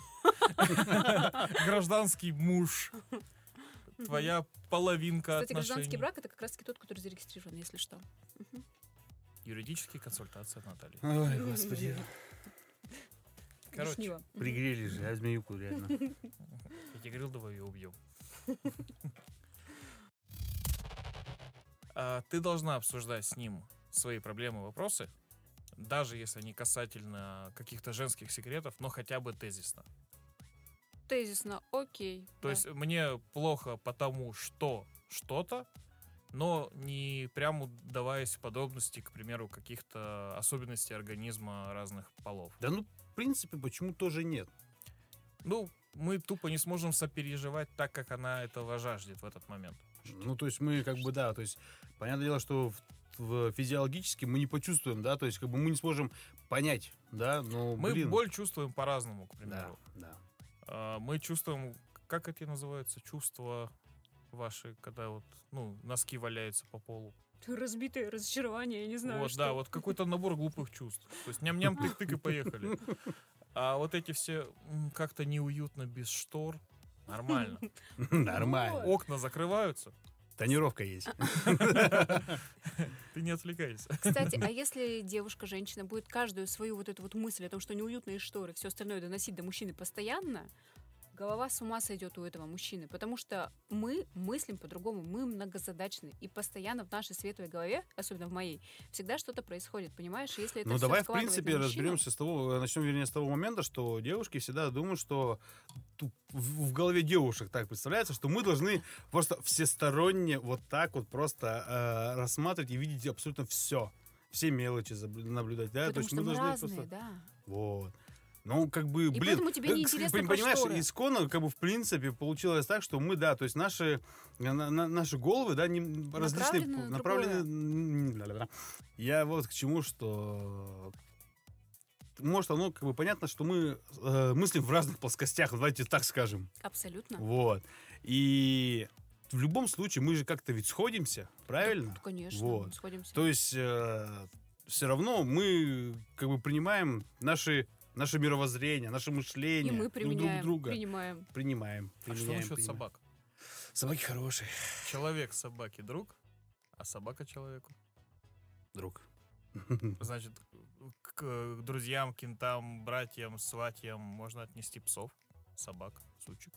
гражданский муж, твоя половинка Кстати, гражданский отношений. брак — это как раз-таки тот, который зарегистрирован, если что. Мгм. Юридические консультации от Натальи. Ой, господи. Короче, Лишнего. Мгм. Пригрелись же, а змеюку реально. я тебе говорил, давай ее убьем. А, Ты должна обсуждать с ним свои проблемы и вопросы, даже если они касательно каких-то женских секретов, но хотя бы тезисно. Тезисно, окей. То да. есть мне плохо потому, что что-то, но не прямо удаваясь в подробности, к примеру, каких-то особенностей организма разных полов. Да ну, в принципе, почему тоже нет? Ну, мы тупо не сможем сопереживать так, как она этого жаждет в этот момент. Ну, то есть мы как бы, да, то есть, понятное дело, что в, в- физиологически мы не почувствуем, да, то есть как бы мы не сможем понять, да, но, Мы блин. боль чувствуем по-разному, к Да, примеру. да. А, Мы чувствуем, как это называется, чувства ваши, когда вот, ну, носки валяются по полу. Разбитое разочарование, я не знаю, Вот, что. да, вот какой-то набор глупых чувств. То есть ням-ням, тык-тык и поехали. А вот эти все м, как-то неуютно без штор. Нормально. Нормально. Окна закрываются. Тонировка есть. Ты не отвлекайся. Кстати, а если девушка, женщина будет каждую свою вот эту вот мысль о том, что неуютные шторы, все остальное доносить до мужчины постоянно, голова с ума сойдет у этого мужчины, потому что мы мыслим по-другому, мы многозадачны, и постоянно в нашей светлой голове, особенно в моей, всегда что-то происходит, понимаешь? И если это Ну, всё давай, в складывать принципе, на мужчину- разберемся с того, начнем, вернее, с того момента, что девушки всегда думают, что ту- в, в голове девушек так представляется, что мы должны просто всесторонне вот так вот просто э, рассматривать и видеть абсолютно все. Все мелочи заб- наблюдать, да? Потому что мы должны разные, просто... да. Вот. Ну, как бы, блин... поэтому тебе э, не к- интересно пон- про Понимаешь, шторы. исконно, как бы, в принципе, получилось так, что мы, да, то есть наши, на- на- наши головы, да, не, различные... Направлены на направлены... м, бла-бла-бла. Я вот к чему, что... Может, оно, как бы, понятно, что мы э, мыслим в разных плоскостях, давайте так скажем. Абсолютно. Вот. И в любом случае мы же как-то ведь сходимся, правильно? Да, конечно, Вот. мы сходимся. То есть все равно мы как бы принимаем наши, наше мировоззрение, наше И мышление мы друг применяем, друга. принимаем. Принимаем. А что применяем, насчет принимаем. собак? Собаки хорошие. Человек собаке друг, а собака человеку. Друг. Значит, к друзьям, кентам, братьям, сватьям можно отнести псов, собак, сучек.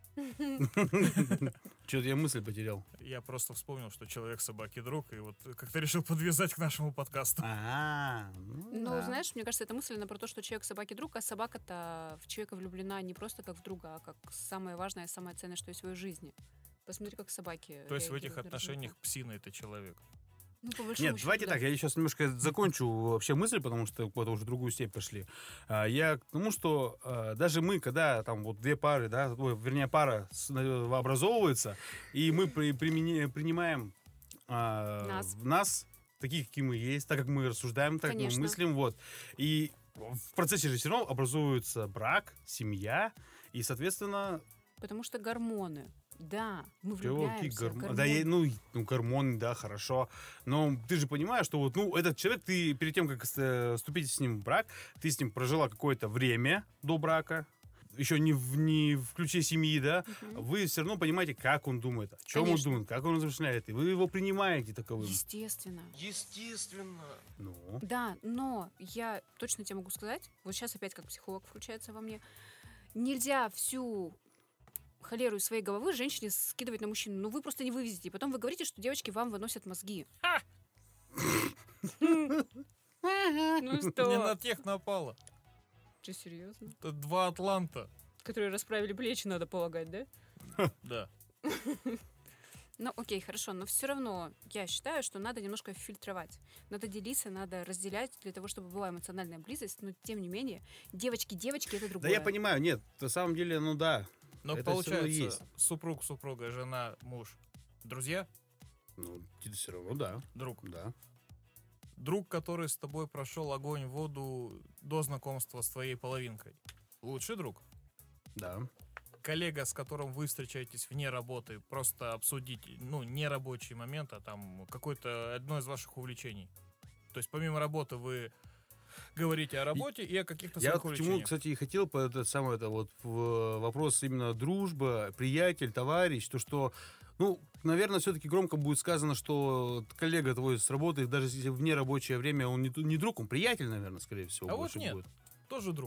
Что-то я мысль потерял. Я просто вспомнил, что человек собаки друг, и вот как-то решил подвязать к нашему подкасту. А, Ну, знаешь, мне кажется, эта мысль, она про то, что человек собаки друг, а собака-то в человека влюблена не просто как в друга, а как самое важное, самое ценное, что есть в ее жизни. Посмотри, как собаки. То есть в реагируют этих на друг отношениях друга. псина — это человек. Ну, по большому Нет, счету, давайте да. так, я сейчас немножко закончу вообще мысль, потому что куда-то уже в другую степь пошли. А, Я к тому, что а, даже мы, когда там вот две пары, да, ой, вернее, пара с- на- образовывается, и мы при- примени- принимаем а, Нас. в нас таких, какие мы есть, так как мы рассуждаем, так мы Конечно. мыслим, вот. И в процессе же все равно образуется брак, семья, и, соответственно, Потому что гормоны. Да, мы Чего, какие влюбляемся. гормо- гормоны. Да, я- ну, и- ну, гормоны, да, хорошо. Но ты же понимаешь, что вот, ну, этот человек, ты перед тем, как э, вступить с ним в брак, ты с ним прожила какое-то время до брака, еще не в, не в ключе семьи, да, Мгм. вы все равно понимаете, как он думает, о чем Конечно. он думает, как он размышляет, и вы его принимаете таковым. Естественно. Естественно. Ну, Да, но я точно тебе могу сказать, вот сейчас опять как психолог включается во мне, нельзя всю холеру из своей головы женщине скидывать на мужчину. Ну, вы просто не вывезете. И потом вы говорите, что девочки вам выносят мозги. Ну Не на что? тех напало. Че, серьезно? Это два Атланта. Которые расправили плечи, надо полагать, да? Да. Ну, окей, хорошо, но все равно я считаю, что надо немножко фильтровать. Надо делиться, надо разделять для того, чтобы была эмоциональная близость, но тем не менее, девочки-девочки — это да другое. я понимаю, нет, на самом деле, ну да, Но Это всё равно получается, есть. супруг, супруга, жена, муж, друзья, ну, все равно, да, друг. да. Друг, который с тобой прошел огонь, воду до знакомства с твоей половинкой. Лучший друг. Да. Коллега, с которым вы встречаетесь вне работы, просто обсудить, ну, не рабочий момент, а там какое-то одно из ваших увлечений. То есть помимо работы вы говорите о работе и, о каких-то Я своих вот к чему, увлечениях. кстати, и хотел по это самое это вот в вопрос именно дружба, приятель, товарищ, то что, ну, наверное, все-таки громко будет сказано, что коллега твой с работы, даже если в нерабочее время он не, ду- не друг, он приятель, наверное, скорее всего, А вот больше нет. будет. Тоже друг.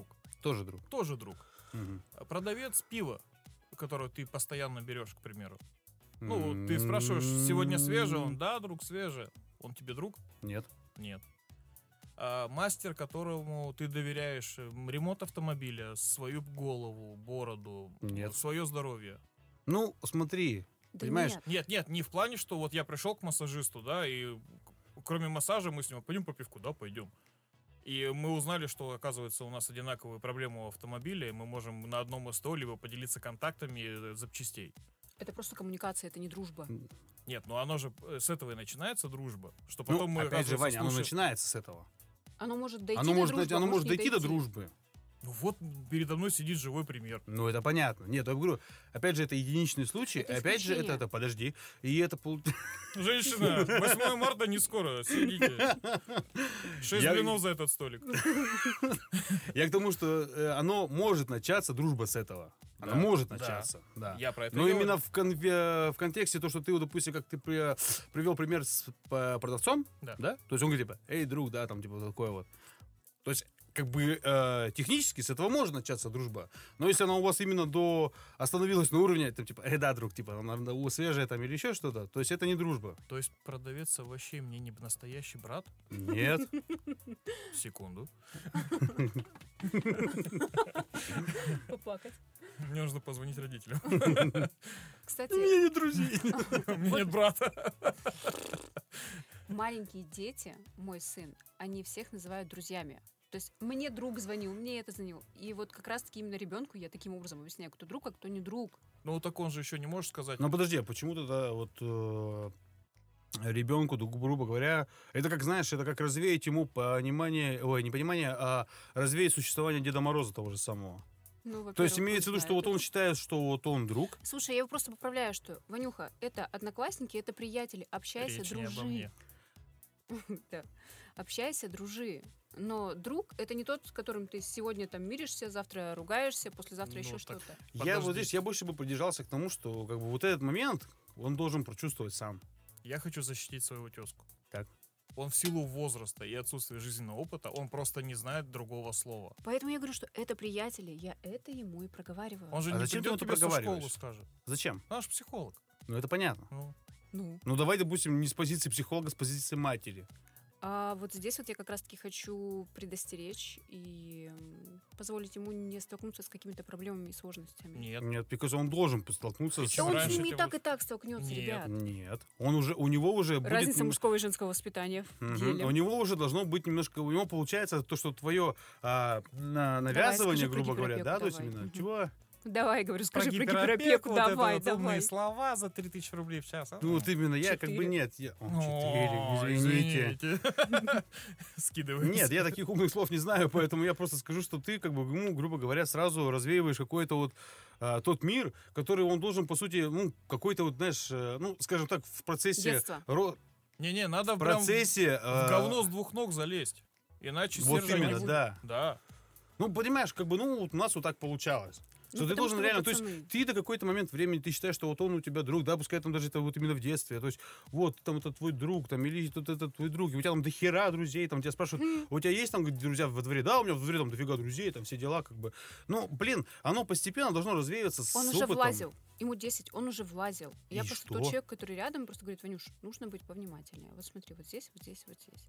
Тоже друг. тоже друг. Мгм. А продавец пива, которого ты постоянно берешь, к примеру. Ну, вот ты спрашиваешь, сегодня свежее? Он, да, друг, свежее. Он тебе друг? Нет. Нет. А мастер, которому ты доверяешь м, ремонт автомобиля, свою голову, бороду, Нет. свое здоровье. Ну, смотри, Да понимаешь, нет. Нет, нет, не в плане, что вот я пришел к массажисту, да, и к- кроме массажа мы с ним пойдем по пивку, да, пойдем. И мы узнали, что, оказывается, у нас одинаковые проблемы у автомобиля, и мы можем на одном из СТО либо поделиться контактами э, запчастей. Это просто коммуникация, это не дружба. Нет, ну оно же э, с этого и начинается дружба, что ну, потом мы, опять же, оказывается, Ваня, оно слушаем- начинается с этого. Оно может дойти Оно до может, дружбы, оно а может не дойти до дружбы. Ну вот передо мной сидит живой пример. Ну, это понятно. Нет, я говорю, опять же, это единичный случай. Это опять же, это, исключение. это, подожди. И это... пол- Женщина, восьмое марта не скоро, сидите. Шесть Я- блинов за этот столик. Я к тому, что э, оно может начаться, дружба с этого. Она Да, может да. начаться. Да. Я про это Но и именно говорю. в, кон- в контексте то, что ты, вот, допустим, как ты при- привел пример с п- продавцом, Да. да? То есть он говорит, типа, эй, друг, да, там, типа, вот такое вот. То есть, как бы, э, технически с этого может начаться дружба. Но если она у вас именно до остановилась на уровне, там, типа, эй, да, друг, типа, она у свежая там или еще что-то, то есть это не дружба. То есть продавец овощей мне не настоящий брат? Нет. Секунду. Поплакать. Мне нужно позвонить родителям. Кстати, нет друзей. У меня нет брата. маленькие дети, мой сын, они всех называют друзьями. То есть мне друг звонил, мне это звонил. И вот как раз-таки именно ребенку я таким образом объясняю, кто друг, а кто не друг. Ну так он же еще не может сказать. Ну подожди, а почему тогда вот э, ребенку, ну, грубо говоря, это как, знаешь, это как развеять ему понимание, ой, не понимание, а развеять существование Деда Мороза того же самого. Ну, То есть во-первых, имеется в виду, он что вот знает он это. считает, что вот он друг. Слушай, я его просто поправляю, что, Ванюха, это одноклассники, это приятели, общайся, Речь не дружи. обо мне. Да. Общайся, дружи. Но друг — это не тот, с которым ты сегодня там миришься, завтра ругаешься, послезавтра Ну, еще так что-то. Я вот Подождите. здесь, я больше бы придержался к тому, что как бы вот этот момент он должен прочувствовать сам. Я хочу защитить своего тезку. Так. Он в силу возраста и отсутствия жизненного опыта, он просто не знает другого слова. Поэтому я говорю, что это приятели. Я это ему и проговариваю. Он же А не зачем ты придет это тебе со школы проговариваешь? скажет. Зачем? Наш психолог. Ну это понятно. Ну, Ну. Ну давай, допустим, не с позиции психолога, с позиции матери. А вот здесь вот я как раз-таки хочу предостеречь и м, позволить ему не столкнуться с какими-то проблемами и сложностями. нет. Нет, потому что он должен столкнуться Да с... Чем он раньше с ними и тем так лучше. и так столкнется, Нет. ребят. Нет. Он уже, у него уже будет... Разница нем- мужского и женского воспитания в Мгм. деле. У него уже должно быть немножко... У него получается то, что твое а, на- навязывание, скажи про грубо говоря, да, гиперопеку, то есть давай. именно... Мгм. Чего? Давай, говорю, скажи про гиперопеку, гиперопеку. вот это Давай, вот умные давай. слова за три тысячи рублей в час. а? Ну вот именно, я как бы Четыре. нет. Я... О, О, четыре, извините. Скидывай. Нет, я таких умных слов не знаю, поэтому я просто скажу, что ты, как бы, ему, грубо говоря, сразу развеиваешь какой-то вот а, тот мир, который он должен, по сути, ну, какой-то вот, знаешь, э, ну, скажем так, в процессе... Детство. ро- Не-не, надо В прям процессе... в а, говно с двух ног залезть. Иначе Вот стержня не именно, будет. да. Да. Ну, понимаешь, как бы, ну, вот у нас вот так получалось. Ну, Что ты потому должен что вы реально, то есть пацаны. ты до какой-то момент времени, ты считаешь, что вот он у тебя друг, да, пускай там даже это вот именно в детстве, то есть вот там это твой друг, там, или тут это твой друг, и у тебя там дохера друзей, там тебя спрашивают, у тебя есть там говорит, друзья во дворе? Да, у меня во дворе там дофига друзей, там все дела, как бы. Ну, блин, оно постепенно должно развеиваться с Он уже опытом. влазил. Ему десять, он уже влазил. Я И просто что? тот человек, который рядом, просто говорит: Ванюш, нужно быть повнимательнее. Вот смотри, вот здесь, вот здесь, вот здесь.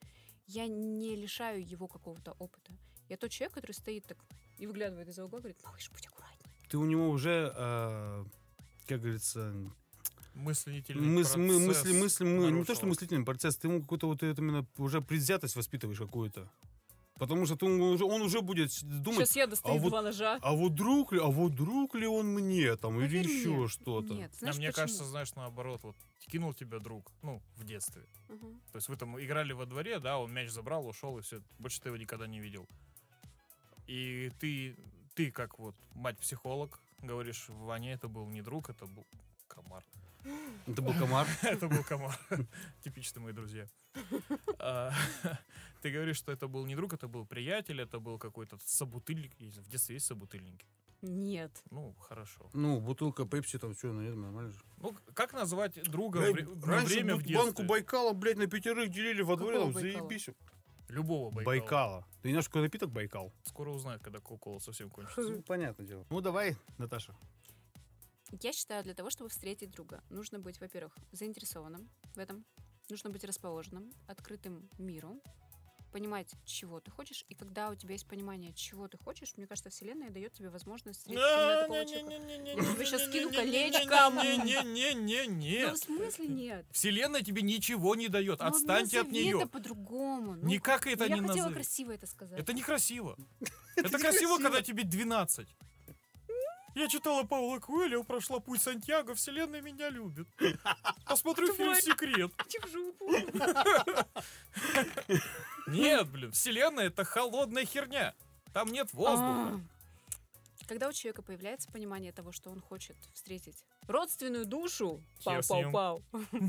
Я не лишаю его какого-то опыта. Я тот человек, который стоит так и выглядывает из-за угла, говорит: малыш, будь аккуратней. Ты у него уже, э, как говорится, Мыслительный мыс- мы- процесс мысли, мысли, мы- не то, нарушил. что мыслительный процесс, ты ему какую-то вот это именно уже предвзятость воспитываешь какую-то. Потому что ты ему уже, он уже будет думать, Сейчас я достаю а вот- два ножа. а вот друг ли, а вот друг ли он мне там, или Поверь еще мне. что-то. Нет, А знаешь мне почему? кажется, знаешь, наоборот, вот кинул тебя друг, ну, в детстве. Мгм. То есть вы там играли во дворе, да, он мяч забрал, ушел, и все, больше ты его никогда не видел. И ты, ты как вот мать-психолог, говоришь: Ваня, это был не друг, это был комар. Это был комар. Это был комар. Типичные мои друзья. А, Ты говоришь, что это был не друг, это был приятель, это был какой-то собутыльник. Есть- В детстве есть собутыльники? Нет. Ну, хорошо. Ну, бутылка пепси там, что, наверное, нормально же. Ну, как назвать друга Эй, вре- на раньше время в бут- банку детстве? Байкала, блядь, на пятерых делили во дворе, Какого там, Байкала? заебись. Любого Байкала. Байкала. Ты не знаешь, какой напиток Байкал? Скоро узнает, когда Кока-Кола совсем кончится. Ну, понятное дело. Ну, давай, Наташа. Я считаю, для того, чтобы встретить друга, нужно быть, во-первых, заинтересованным в этом, нужно быть расположенным, открытым миру, понимать, чего ты хочешь, и когда у тебя есть понимание, чего ты хочешь, мне кажется, Вселенная дает тебе возможность встретить именно такого человека. Я тебе сейчас скину колечко. Не-не-не-не-не-не. Ну, в смысле нет? Вселенная тебе ничего не дает. Ну, Отстаньте от назови нее. это по-другому. Ну, Никак это я не хотела назови. красиво это сказать. Это некрасиво. Это красиво, когда тебе двенадцать. Я читала Паула Коэльо, прошла путь Сантьяго, Вселенная меня любит. Посмотрю фильм «Секрет». Иди в жопу. Нет, блин, Вселенная — это холодная херня. Там нет воздуха. А. Когда у человека появляется понимание того, что он хочет встретить родственную душу, Хер с ним. пау-пау-пау.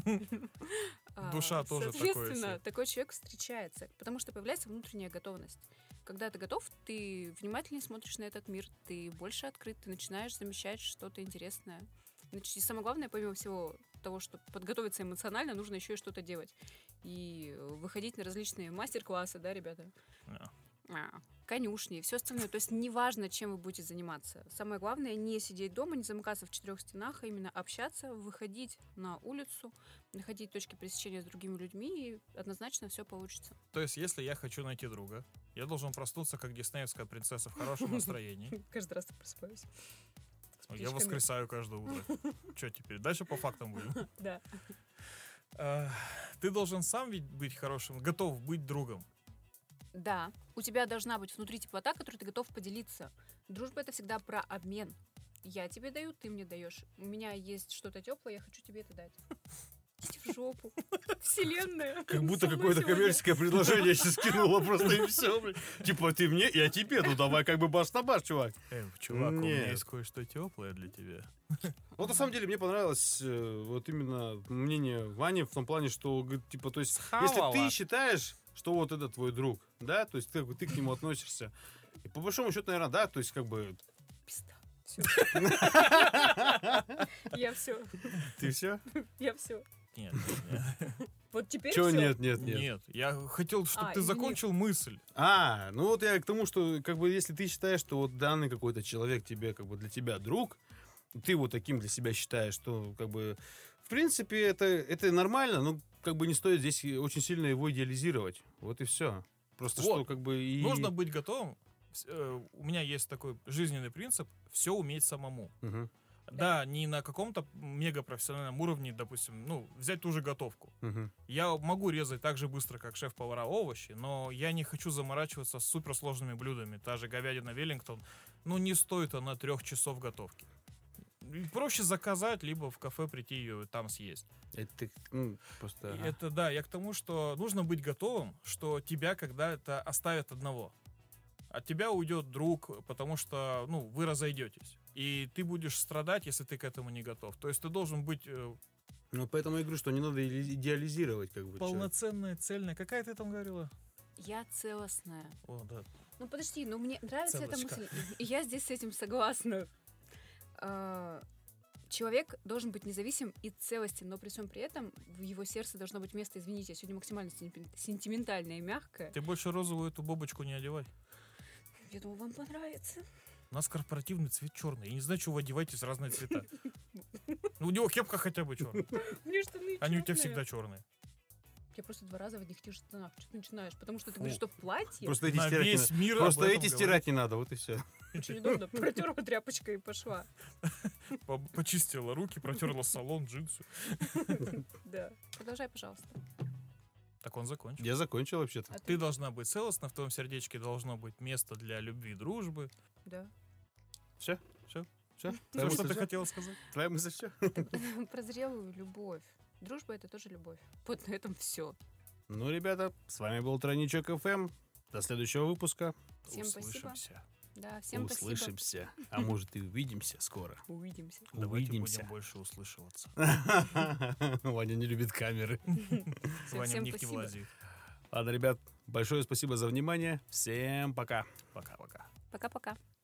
Душа А, тоже такое Соответственно, себе. такой человек встречается, потому что появляется внутренняя готовность. Когда ты готов, ты внимательнее смотришь на этот мир, ты больше открыт, ты начинаешь замечать что-то интересное. Значит, и самое главное, помимо всего того, что подготовиться эмоционально, нужно еще и что-то делать. И выходить на различные мастер-классы, да, ребята? Да. А, конюшни и все остальное. То есть неважно, чем вы будете заниматься. Самое главное не сидеть дома, не замыкаться в четырех стенах, а именно общаться, выходить на улицу, находить точки пересечения с другими людьми, и однозначно все получится. То есть, если я хочу найти друга, я должен проснуться, как диснеевская принцесса, в хорошем настроении. Каждый раз так просыпаюсь. Я воскресаю каждое утро. Что теперь? Дальше по фактам будем. Да. А, Ты должен сам ведь быть хорошим, готов быть другом. Да. У тебя должна быть внутри теплота, которой ты готов поделиться. Дружба — это всегда про обмен. Я тебе даю, ты мне даешь. У меня есть что-то теплое, я хочу тебе это дать. Иди в жопу. Вселенная. Как будто со мной какое-то сегодня. коммерческое предложение сейчас кинуло просто и все. Типа ты мне, я тебе, ну давай как бы баш на баш, чувак. Эй, чувак, у меня Нет. есть кое-что теплое для тебя. Вот на самом деле мне понравилось э, вот именно мнение Вани в том плане, что, говорит, типа, то есть, если Схавала. ты считаешь, что вот это твой друг, да, то есть ты, как бы, ты к нему относишься, и по большому счету, наверное, да, то есть как бы... Пизда. Всё. Я все. Ты все? Я все. Нет, нет, Вот теперь Чего всё. нет, нет, нет. нет? Нет, я хотел, чтобы А, ты извини. закончил мысль. А, ну вот я к тому, что как бы если ты считаешь, что вот данный какой-то человек тебе, как бы для тебя друг, ты вот таким для себя считаешь, что как бы в принципе это, это нормально, но как бы не стоит здесь очень сильно его идеализировать. Вот и все. Просто Вот. что как бы и... Нужно быть готовым. С- э, У меня есть такой жизненный принцип: все уметь самому. Мгм, Да, не на каком-то мегапрофессиональном уровне, допустим, ну, взять ту же готовку. мгм. Я могу резать так же быстро, как шеф-повара, овощи, но я не хочу заморачиваться с суперсложными блюдами. Та же говядина Веллингтон, ну, не стоит она трех часов готовки. И проще заказать, либо в кафе прийти ее там съесть. Это ты, ну, просто... И ага. это, да, я к тому, что нужно быть готовым, что тебя когда-то оставят одного. От тебя уйдет друг, потому что, ну, вы разойдетесь. И ты будешь страдать, если ты к этому не готов. То есть ты должен быть э, Ну, поэтому я говорю, что не надо иде- идеализировать как бы. человека. полноценная, цельная. Какая ты там говорила? Я целостная. О, да. Ну подожди, ну мне нравится эта Целочка. мысль, и я здесь с этим согласна. А, Человек должен быть независим и целостен, но при всем при этом в его сердце должно быть место, извините, я сегодня максимально сентимен- сентиментальная и мягкая. Ты больше розовую эту бобочку не одевай. Я думаю, вам понравится. У нас корпоративный цвет черный. Я не знаю, чего вы одеваетесь в разные цвета. Ну, у него кепка хотя бы черная. Мне штаны Они у тебя чёрные. всегда черные. Я просто два раза в одних и тех же штанах. Что ты начинаешь? Потому что ты Фу. говоришь, что в платье Просто эти На стирать не весь надо. мир Просто об этом эти говорят. стирать не надо, вот и все. ничего не нужно. Протерла тряпочкой и пошла. По- Почистила руки, протерла салон, джинсы. Да. Продолжай, пожалуйста. Так он закончил. Я закончил вообще-то. А Ты должна быть целостна, в твоем сердечке должно быть место для любви и дружбы. Да. Все? Всё. Все? Всё, что ты хотела сказать? Твоя мысль все? Про зрелую любовь. Дружба — это тоже любовь. Вот на этом все. Ну, ребята, с вами был Тройничок эф эм. До следующего выпуска. Всем спасибо. Услышимся. Да, всем спасибо. Услышимся. А может и увидимся скоро. Увидимся. Давайте Увидимся. будем больше услышиваться. Ваня не любит камеры. Всем, Ваня в всем них не спасибо. влази. Ладно, ребят, большое спасибо за внимание. Всем пока. Пока-пока. Пока-пока.